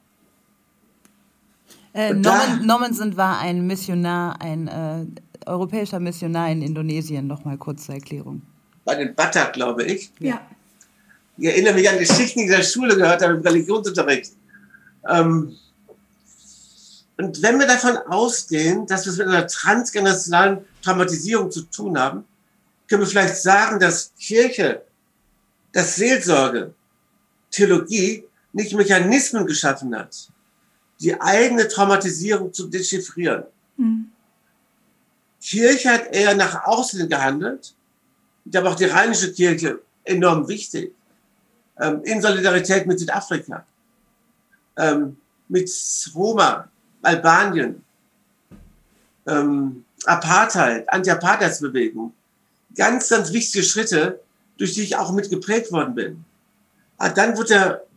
Äh, Nommen, Nommensen war ein Missionar, ein äh, europäischer Missionar in Indonesien, noch mal kurz zur Erklärung. Bei den Batak, glaube ich. Ja. Ich erinnere mich an Geschichten, die ich in der Schule gehört habe, im Religionsunterricht. Ähm, und wenn wir davon ausgehen, dass wir es mit einer transgenerationalen Traumatisierung zu tun haben, können wir vielleicht sagen, dass Kirche, dass Seelsorge, Theologie nicht Mechanismen geschaffen hat, die eigene Traumatisierung zu dechiffrieren. Mhm. Kirche hat eher nach außen gehandelt. Ich habe auch die rheinische Kirche enorm wichtig. Ähm, in Solidarität mit Südafrika, ähm, mit Roma, Albanien, ähm, Apartheid, Anti-Apartheidsbewegung. Ganz, ganz wichtige Schritte, durch die ich auch mit geprägt worden bin. Aber dann wird der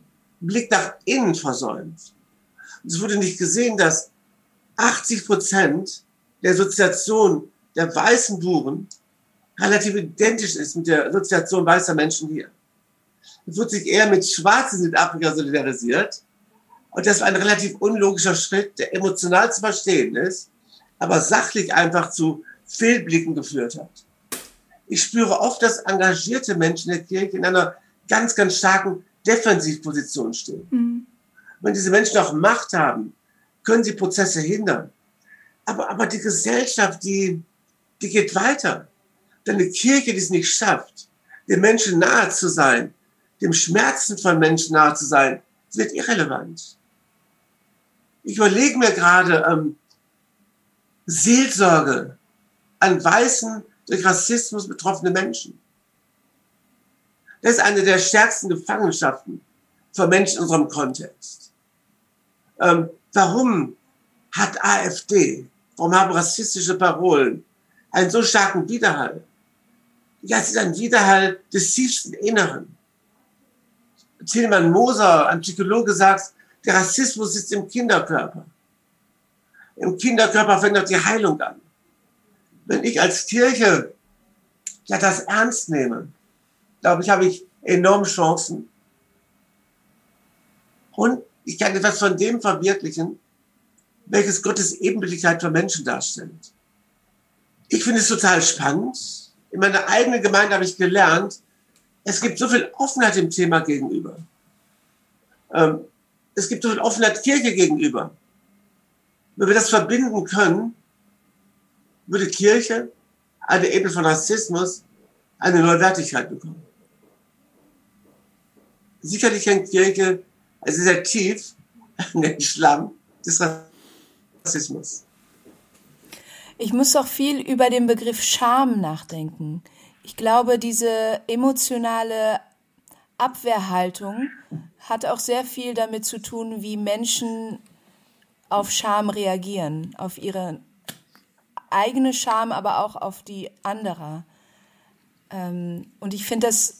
Blick nach innen versäumt. Und es wurde nicht gesehen, dass achtzig Prozent der Soziation der weißen Buren relativ identisch ist mit der Soziation weißer Menschen hier. Es wird sich eher mit Schwarzen in Südafrika solidarisiert. Und das war ein relativ unlogischer Schritt, der emotional zu verstehen ist, aber sachlich einfach zu Fehlblicken geführt hat. Ich spüre oft, dass engagierte Menschen in der Kirche in einer ganz, ganz starken Defensivposition stehen. Mhm. Wenn diese Menschen auch Macht haben, können sie Prozesse hindern. Aber, aber die Gesellschaft, die, die geht weiter. Denn eine Kirche, die es nicht schafft, den Menschen nahe zu sein, dem Schmerzen von Menschen nahe zu sein, wird irrelevant. Ich überlege mir gerade ähm, Seelsorge an weißen, durch Rassismus betroffene Menschen. Das ist eine der stärksten Gefangenschaften für Menschen in unserem Kontext. Ähm, warum hat AfD, warum haben rassistische Parolen einen so starken Widerhall? Ja, es ist ein Widerhall des tiefsten Inneren. Tilman Moser, ein Psychologe, sagt, der Rassismus sitzt im Kinderkörper. Im Kinderkörper fängt auch die Heilung an. Wenn ich als Kirche ja das ernst nehme, glaube ich, habe ich enorme Chancen. Und ich kann etwas von dem verwirklichen, welches Gottes Ebenbildlichkeit für Menschen darstellt. Ich finde es total spannend. In meiner eigenen Gemeinde habe ich gelernt, es gibt so viel Offenheit dem Thema gegenüber. Ähm, es gibt so viel Offenheit Kirche gegenüber. Wenn wir das verbinden können, würde Kirche an der Ebene von Rassismus eine neue Wertigkeit bekommen. Sicherlich hängt Kirche also sehr tief in den Schlamm des Rassismus. Ich muss auch viel über den Begriff Scham nachdenken. Ich glaube, diese emotionale Abwehrhaltung hat auch sehr viel damit zu tun, wie Menschen auf Scham reagieren, auf ihre eigene Scham, aber auch auf die anderer. Ähm, und ich finde das,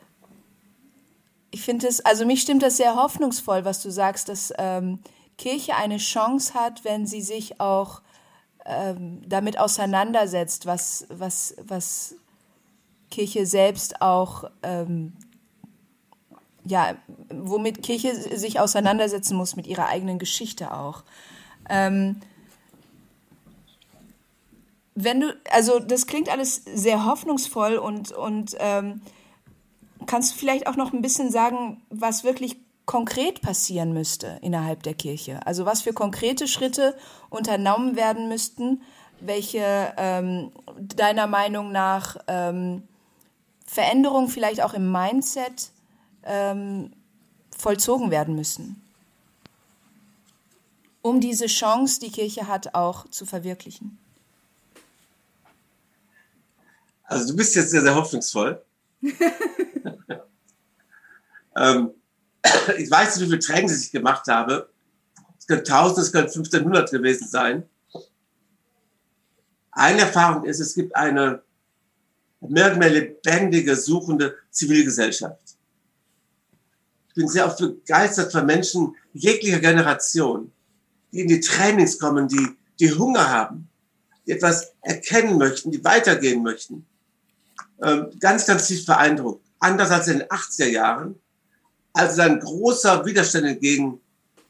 ich finde das, also mich stimmt das sehr hoffnungsvoll, was du sagst, dass ähm, Kirche eine Chance hat, wenn sie sich auch ähm, damit auseinandersetzt, was, was, was Kirche selbst auch, ähm, ja, womit Kirche sich auseinandersetzen muss, mit ihrer eigenen Geschichte auch. Ähm, Wenn du, also das klingt alles sehr hoffnungsvoll und, und ähm, kannst du vielleicht auch noch ein bisschen sagen, was wirklich konkret passieren müsste innerhalb der Kirche? Also was für konkrete Schritte unternommen werden müssten, welche ähm, deiner Meinung nach ähm, Veränderungen vielleicht auch im Mindset ähm, vollzogen werden müssen, um diese Chance, die Kirche hat, auch zu verwirklichen? Also du bist jetzt sehr, sehr hoffnungsvoll. ähm, ich weiß nicht, wie viele Trainings ich gemacht habe. Es können tausend, es können fünfzehnhundert gewesen sein. Eine Erfahrung ist, es gibt eine mehr und mehr lebendige, suchende Zivilgesellschaft. Ich bin sehr oft begeistert von Menschen jeglicher Generation, die in die Trainings kommen, die, die Hunger haben, die etwas erkennen möchten, die weitergehen möchten. Ähm, ganz, ganz tief beeindruckt. Anders als in den achtziger Jahren, als ein großer Widerstand entgegenschlagen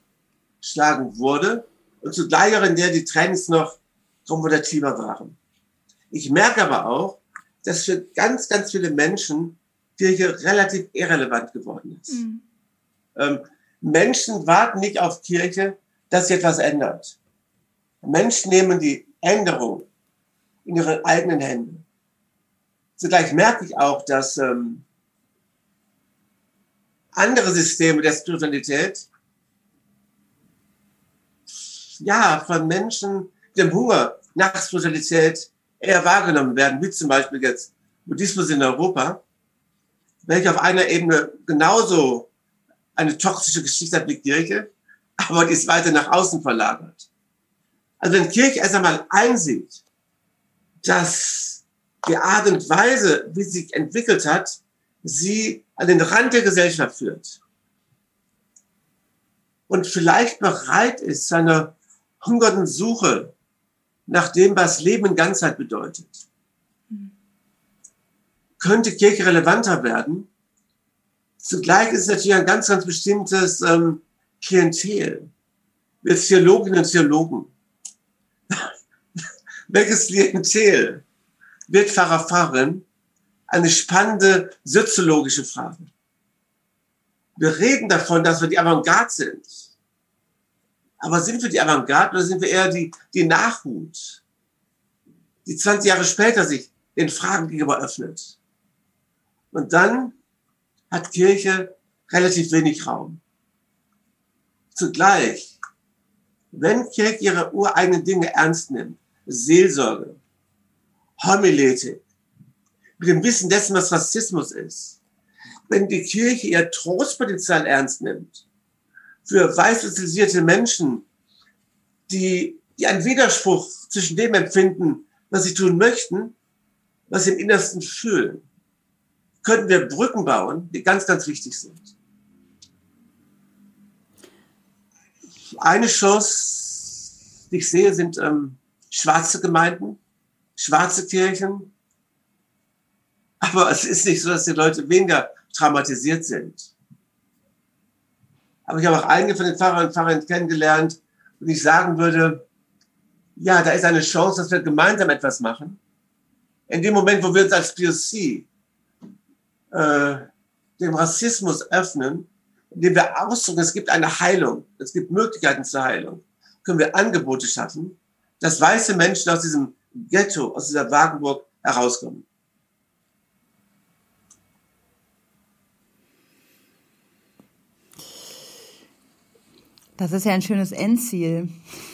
wurde und zugleich auch in der die Trainings noch kommunikativer waren. Ich merke aber auch, dass für ganz, ganz viele Menschen Kirche relativ irrelevant geworden ist. Mhm. Ähm, Menschen warten nicht auf Kirche, dass sich etwas ändert. Menschen nehmen die Änderung in ihre eigenen Hände. Zugleich merke ich auch, dass ähm, andere Systeme der Spiritualität ja von Menschen mit dem Hunger nach Spiritualität eher wahrgenommen werden, wie zum Beispiel jetzt Buddhismus in Europa, welche auf einer Ebene genauso eine toxische Geschichte hat wie Kirche, aber die ist weiter nach außen verlagert. Also wenn Kirche erst einmal einsieht, dass die Art und Weise, wie sie sich entwickelt hat, sie an den Rand der Gesellschaft führt, und vielleicht bereit ist, seiner hungernden Suche nach dem, was Leben in Ganzheit bedeutet, könnte Kirche relevanter werden. Zugleich ist es natürlich ein ganz, ganz bestimmtes ähm, Klientel. Wir Theologinnen und Theologen. Welches Klientel wird Pfarrer, Pfarrerin? Eine spannende soziologische Frage. Wir reden davon, dass wir die Avantgarde sind. Aber sind wir die Avantgarde oder sind wir eher die, die Nachhut, die zwanzig Jahre später sich den Fragen gegenüber öffnet? Und dann hat Kirche relativ wenig Raum. Zugleich, wenn Kirche ihre ureigenen Dinge ernst nimmt, Seelsorge, Homiletik, mit dem Wissen dessen, was Rassismus ist, wenn die Kirche ihr Trostpotenzial ernst nimmt, für weiß sozialisierte Menschen, die, die einen Widerspruch zwischen dem empfinden, was sie tun möchten, was sie im Innersten fühlen, könnten wir Brücken bauen, die ganz, ganz wichtig sind. Eine Chance, die ich sehe, sind ähm, schwarze Gemeinden, schwarze Kirchen. Aber es ist nicht so, dass die Leute weniger traumatisiert sind. Aber ich habe auch einige von den Pfarrern und Pfarrerinnen kennengelernt, und ich sagen würde, ja, da ist eine Chance, dass wir gemeinsam etwas machen. In dem Moment, wo wir uns als P O C äh, dem Rassismus öffnen, indem wir ausdrücken, es gibt eine Heilung, es gibt Möglichkeiten zur Heilung, können wir Angebote schaffen, dass weiße Menschen aus diesem Ghetto, aus dieser Wagenburg herauskommen. Das ist ja ein schönes Endziel.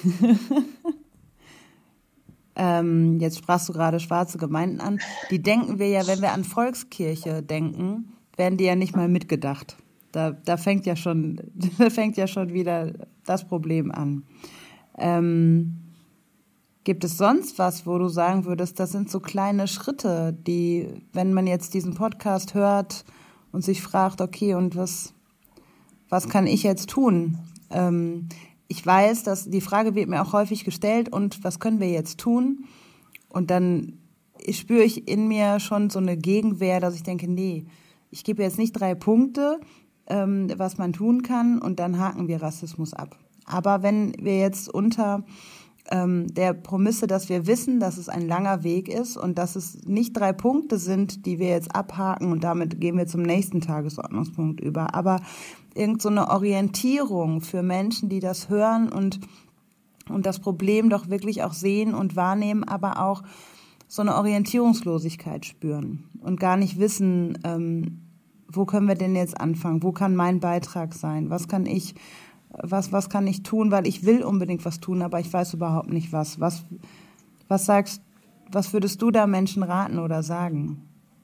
ähm, jetzt sprachst du gerade schwarze Gemeinden an. Die denken wir ja, wenn wir an Volkskirche denken, werden die ja nicht mal mitgedacht. Da, da fängt ja schon, da fängt ja schon wieder das Problem an. Ähm, gibt es sonst was, wo du sagen würdest, das sind so kleine Schritte, die, wenn man jetzt diesen Podcast hört und sich fragt, okay, und was, was kann ich jetzt tun? Ähm, ich weiß, dass die Frage wird mir auch häufig gestellt, und was können wir jetzt tun? Und dann spüre ich in mir schon so eine Gegenwehr, dass ich denke, nee, ich gebe jetzt nicht drei Punkte, ähm, was man tun kann, und dann haken wir Rassismus ab. Aber wenn wir jetzt unter ähm, der Prämisse, dass wir wissen, dass es ein langer Weg ist und dass es nicht drei Punkte sind, die wir jetzt abhaken und damit gehen wir zum nächsten Tagesordnungspunkt über, aber irgend so eine Orientierung für Menschen, die das hören und, und das Problem doch wirklich auch sehen und wahrnehmen, aber auch so eine Orientierungslosigkeit spüren und gar nicht wissen, ähm, wo können wir denn jetzt anfangen? Wo kann mein Beitrag sein? Was kann ich, was, was kann ich tun? Weil ich will unbedingt was tun, aber ich weiß überhaupt nicht was. Was, was sagst, was würdest du da Menschen raten oder sagen?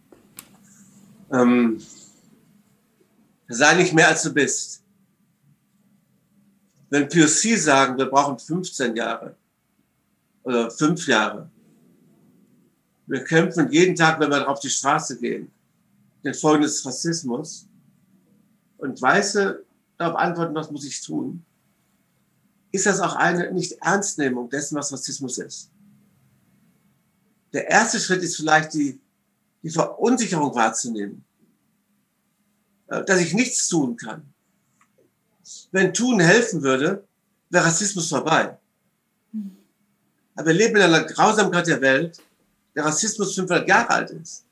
Ähm, sei nicht mehr, als du bist. Wenn P O C sagen, wir brauchen fünfzehn Jahre oder fünf Jahre, wir kämpfen jeden Tag, wenn wir auf die Straße gehen, den Folgen des Rassismus, und Weiße darauf antworten, was muss ich tun, ist das auch eine Nicht-Ernstnehmung dessen, was Rassismus ist. Der erste Schritt ist vielleicht die, die Verunsicherung wahrzunehmen, dass ich nichts tun kann. Wenn Tun helfen würde, wäre Rassismus vorbei. Aber wir leben in einer Grausamkeit der Welt, der Rassismus fünfhundert Jahre alt ist.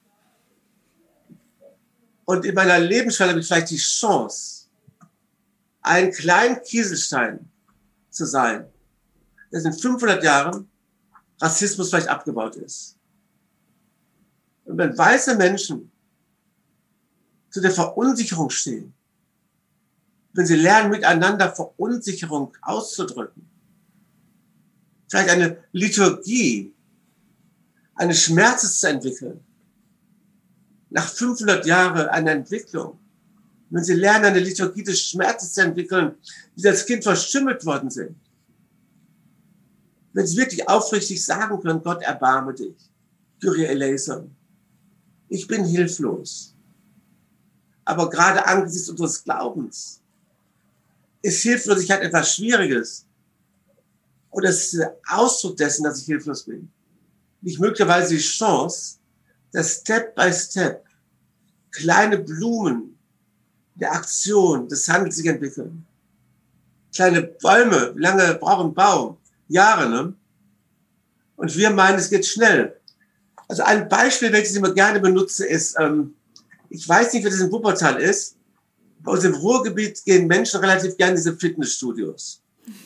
Und in meiner Lebensschule habe ich vielleicht die Chance, einen kleinen Kieselstein zu sein, dass in fünfhundert Jahren Rassismus vielleicht abgebaut ist. Und wenn weiße Menschen zu der Verunsicherung stehen, wenn sie lernen, miteinander Verunsicherung auszudrücken, vielleicht eine Liturgie eines Schmerzes zu entwickeln, nach fünfhundert Jahren eine Entwicklung, wenn sie lernen, eine Liturgie des Schmerzes zu entwickeln, wie sie als Kind verstümmelt worden sind, wenn sie wirklich aufrichtig sagen können, Gott, erbarme dich, Kyrie eleison, ich bin hilflos. Aber gerade angesichts unseres Glaubens ist Hilflosigkeit etwas Schwieriges? Oder ist der Ausdruck dessen, dass ich hilflos bin? Nicht möglicherweise die Chance, dass Step by Step kleine Blumen der Aktion, des Handels sich entwickeln. Kleine Bäume, wie lange brauchen ein Baum? Jahre, ne? Und wir meinen, es geht schnell. Also ein Beispiel, welches ich immer gerne benutze, ist, ähm, ich weiß nicht, wie das in Wuppertal ist. Bei uns im Ruhrgebiet gehen Menschen relativ gerne in diese Fitnessstudios.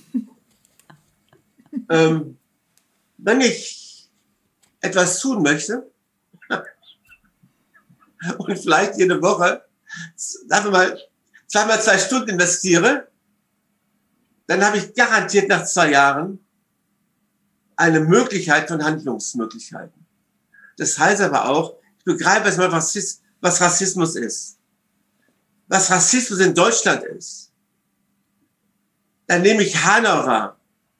ähm, wenn ich etwas tun möchte und vielleicht jede Woche, sagen wir mal, zweimal zwei Stunden investiere, dann habe ich garantiert nach zwei Jahren eine Möglichkeit von Handlungsmöglichkeiten. Das heißt aber auch, ich begreife erstmal, was, was Rassismus ist. Was Rassismus in Deutschland ist. Dann nehme ich Hanau wahr.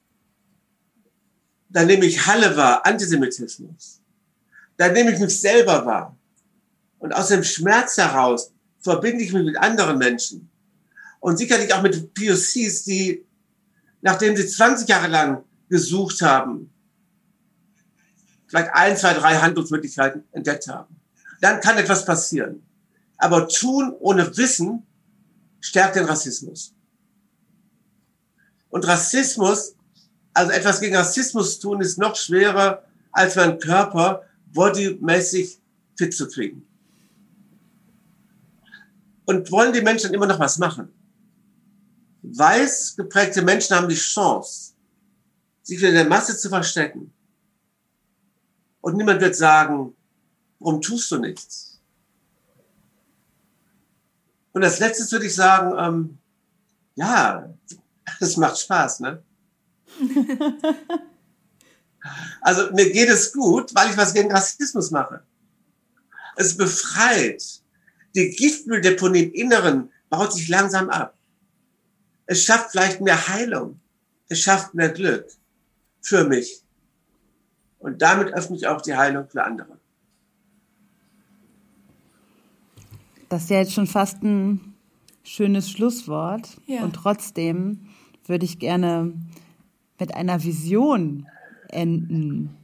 Dann nehme ich Halle wahr, Antisemitismus. Dann nehme ich mich selber wahr. Und aus dem Schmerz heraus verbinde ich mich mit anderen Menschen. Und sicherlich auch mit P O Cs, die, nachdem sie zwanzig Jahre lang gesucht haben, vielleicht ein, zwei, drei Handlungsmöglichkeiten entdeckt haben. Dann kann etwas passieren. Aber tun ohne Wissen stärkt den Rassismus. Und Rassismus, also etwas gegen Rassismus tun, ist noch schwerer, als meinen Körper bodymäßig fit zu kriegen. Und wollen die Menschen immer noch was machen? Weiß geprägte Menschen haben die Chance, sich in der Masse zu verstecken. Und niemand wird sagen, warum tust du nichts? Und als letztes würde ich sagen, ähm, ja, das macht Spaß, ne? Also mir geht es gut, weil ich was gegen Rassismus mache. Es befreit. Die Giftmülldeponie im Inneren baut sich langsam ab. Es schafft vielleicht mehr Heilung. Es schafft mehr Glück für mich. Und damit öffnet sich auch die Heilung für andere. Das ist ja jetzt schon fast ein schönes Schlusswort. Ja. Und trotzdem würde ich gerne mit einer Vision enden.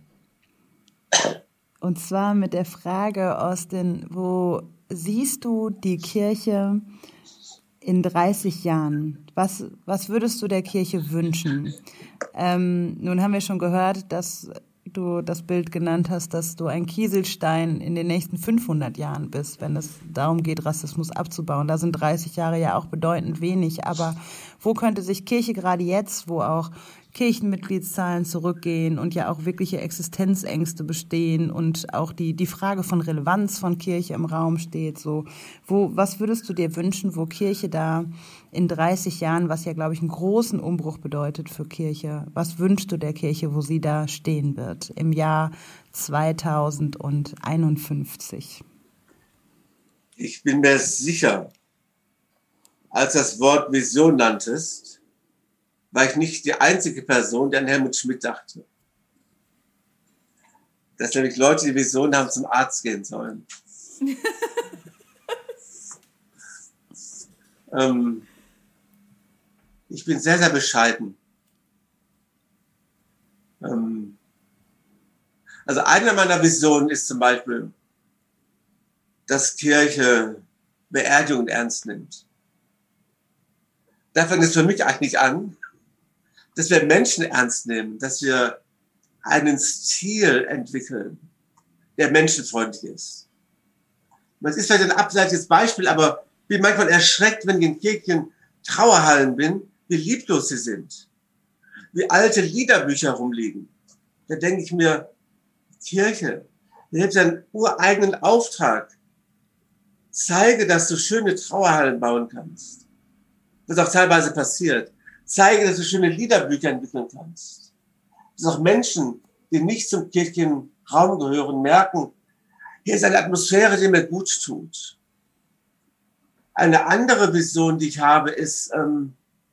Und zwar mit der Frage, Austin, wo siehst du die Kirche in dreißig Jahren? Was, was würdest du der Kirche wünschen? Ähm, nun haben wir schon gehört, dass du das Bild genannt hast, dass du ein Kieselstein in den nächsten fünfhundert Jahren bist, wenn es darum geht, Rassismus abzubauen. Da sind dreißig Jahre ja auch bedeutend wenig. Aber wo könnte sich Kirche gerade jetzt, wo auch Kirchenmitgliedszahlen zurückgehen und ja auch wirkliche Existenzängste bestehen und auch die, die Frage von Relevanz von Kirche im Raum steht, so, wo, was würdest du dir wünschen, wo Kirche da in dreißig Jahren, was ja, glaube ich, einen großen Umbruch bedeutet für Kirche, was wünschst du der Kirche, wo sie da stehen wird im Jahr zweitausendeinundfünfzig? Ich bin mir sicher, als das Wort Vision nanntest, war ich nicht die einzige Person, die an Helmut Schmidt dachte. Dass nämlich Leute, die Vision haben, zum Arzt gehen sollen. ähm, ich bin sehr, sehr bescheiden. Ähm, also eine meiner Visionen ist zum Beispiel, dass Kirche Beerdigung ernst nimmt. Da fängt es für mich eigentlich an, dass wir Menschen ernst nehmen, dass wir einen Stil entwickeln, der menschenfreundlich ist. Das ist vielleicht ein abseitiges Beispiel, aber ich bin manchmal erschreckt, wenn ich in Kirchen, Trauerhallen bin, wie lieblos sie sind, wie alte Liederbücher rumliegen. Da denke ich mir, Kirche, ihr habt einen ureigenen Auftrag. Zeige, dass du schöne Trauerhallen bauen kannst. Was auch teilweise passiert. Zeige, dass du schöne Liederbücher entwickeln kannst. Dass auch Menschen, die nicht zum kirchlichen Raum gehören, merken, hier ist eine Atmosphäre, die mir gut tut. Eine andere Vision, die ich habe, ist, ähm,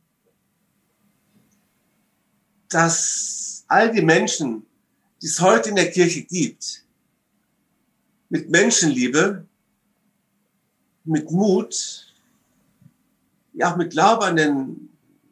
dass all die Menschen, die es heute in der Kirche gibt, mit Menschenliebe, mit Mut, ja auch mit Glaube an den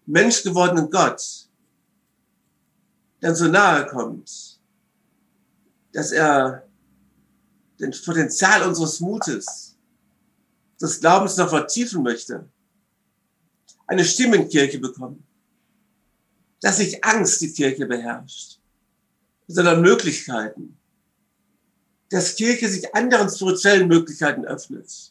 menschgewordenen Gott dann so nahe kommt, dass er das Potenzial unseres Mutes, des Glaubens noch vertiefen möchte, eine Stimmenkirche bekommen, dass nicht Angst die Kirche beherrscht, sondern Möglichkeiten, dass Kirche sich anderen spirituellen Möglichkeiten öffnet.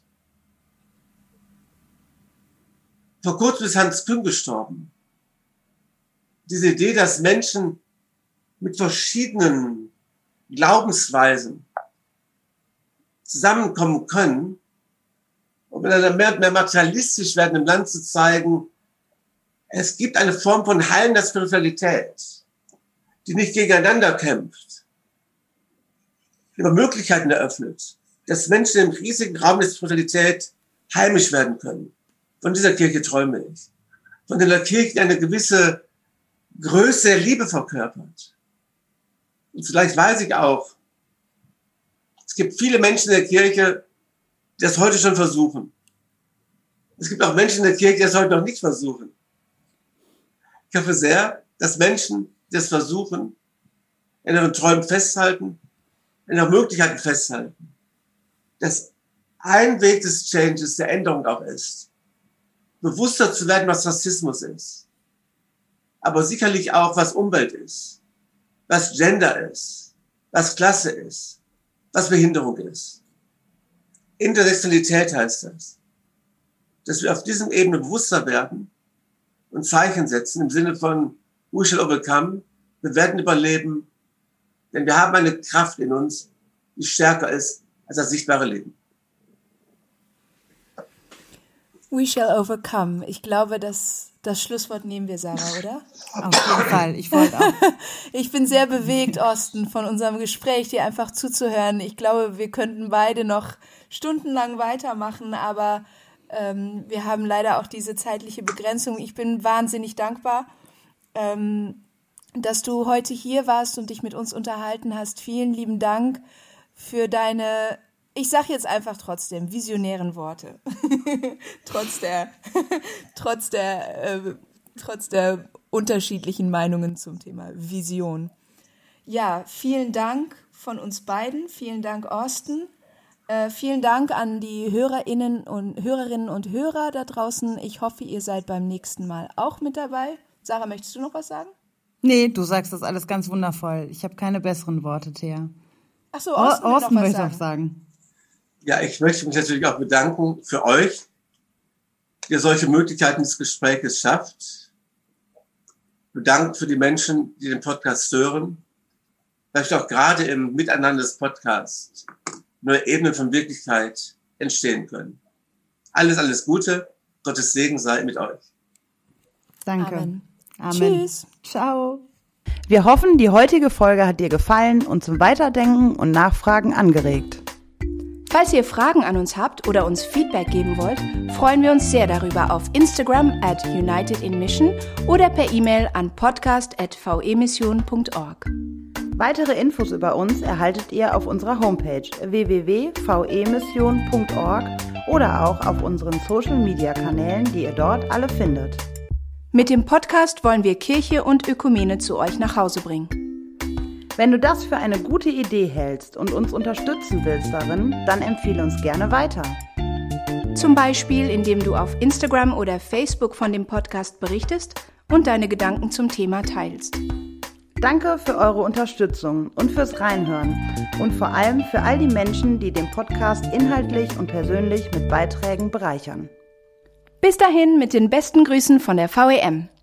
Vor kurzem ist Hans Küng gestorben. Diese Idee, dass Menschen mit verschiedenen Glaubensweisen zusammenkommen können, um miteinander mehr und mehr materialistisch werden im Land zu zeigen, es gibt eine Form von heilender Spiritualität, die nicht gegeneinander kämpft, die aber Möglichkeiten eröffnet, dass Menschen im riesigen Raum der Spiritualität heimisch werden können. Von dieser Kirche träume ich. Von einer Kirche, die eine gewisse Größe der Liebe verkörpert. Und vielleicht weiß ich auch, es gibt viele Menschen in der Kirche, die das heute schon versuchen. Es gibt auch Menschen in der Kirche, die das heute noch nicht versuchen. Ich hoffe sehr, dass Menschen, die das versuchen, in ihren Träumen festhalten, in ihren Möglichkeiten festhalten. Dass ein Weg des Changes, der Änderung auch ist, bewusster zu werden, was Rassismus ist. Aber sicherlich auch, was Umwelt ist, was Gender ist, was Klasse ist, was Behinderung ist. Intersektionalität heißt das. Dass wir auf diesem Ebene bewusster werden und Zeichen setzen im Sinne von we shall overcome, wir werden überleben, denn wir haben eine Kraft in uns, die stärker ist als das sichtbare Leben. We shall overcome. Ich glaube, das, das Schlusswort nehmen wir, Sarah, oder? Auf jeden Fall. Ich wollte auch. Ich bin sehr bewegt, Osten, von unserem Gespräch, dir einfach zuzuhören. Ich glaube, wir könnten beide noch stundenlang weitermachen, aber ähm, wir haben leider auch diese zeitliche Begrenzung. Ich bin wahnsinnig dankbar, ähm, dass du heute hier warst und dich mit uns unterhalten hast. Vielen lieben Dank für deine, ich sage jetzt einfach trotzdem, visionären Worte. trotz der, trotz der, äh, trotz der unterschiedlichen Meinungen zum Thema Vision. Ja, vielen Dank von uns beiden. Vielen Dank, Osten. Äh, vielen Dank an die HörerInnen und Hörerinnen und Hörer da draußen. Ich hoffe, ihr seid beim nächsten Mal auch mit dabei. Sarah, möchtest du noch was sagen? Nee, du sagst das alles ganz wundervoll. Ich habe keine besseren Worte, Thea. Ach so, Osten, o- Osten will noch was möchte sagen. auch sagen. Ja, ich möchte mich natürlich auch bedanken für euch, die solche Möglichkeiten des Gesprächs schafft. Bedankt für die Menschen, die den Podcast hören. Vielleicht auch gerade im Miteinander des Podcasts neue Ebenen von Wirklichkeit entstehen können. Alles, alles Gute. Gottes Segen sei mit euch. Danke. Amen. Amen. Tschüss. Ciao. Wir hoffen, die heutige Folge hat dir gefallen und zum Weiterdenken und Nachfragen angeregt. Falls ihr Fragen an uns habt oder uns Feedback geben wollt, freuen wir uns sehr darüber auf Instagram at United in Mission oder per E-Mail an podcast at v e mission punkt org. Weitere Infos über uns erhaltet ihr auf unserer Homepage w w w punkt v e mission punkt org oder auch auf unseren Social-Media-Kanälen, die ihr dort alle findet. Mit dem Podcast wollen wir Kirche und Ökumene zu euch nach Hause bringen. Wenn du das für eine gute Idee hältst und uns unterstützen willst darin, dann empfehle uns gerne weiter. Zum Beispiel, indem du auf Instagram oder Facebook von dem Podcast berichtest und deine Gedanken zum Thema teilst. Danke für eure Unterstützung und fürs Reinhören und vor allem für all die Menschen, die den Podcast inhaltlich und persönlich mit Beiträgen bereichern. Bis dahin mit den besten Grüßen von der V E M.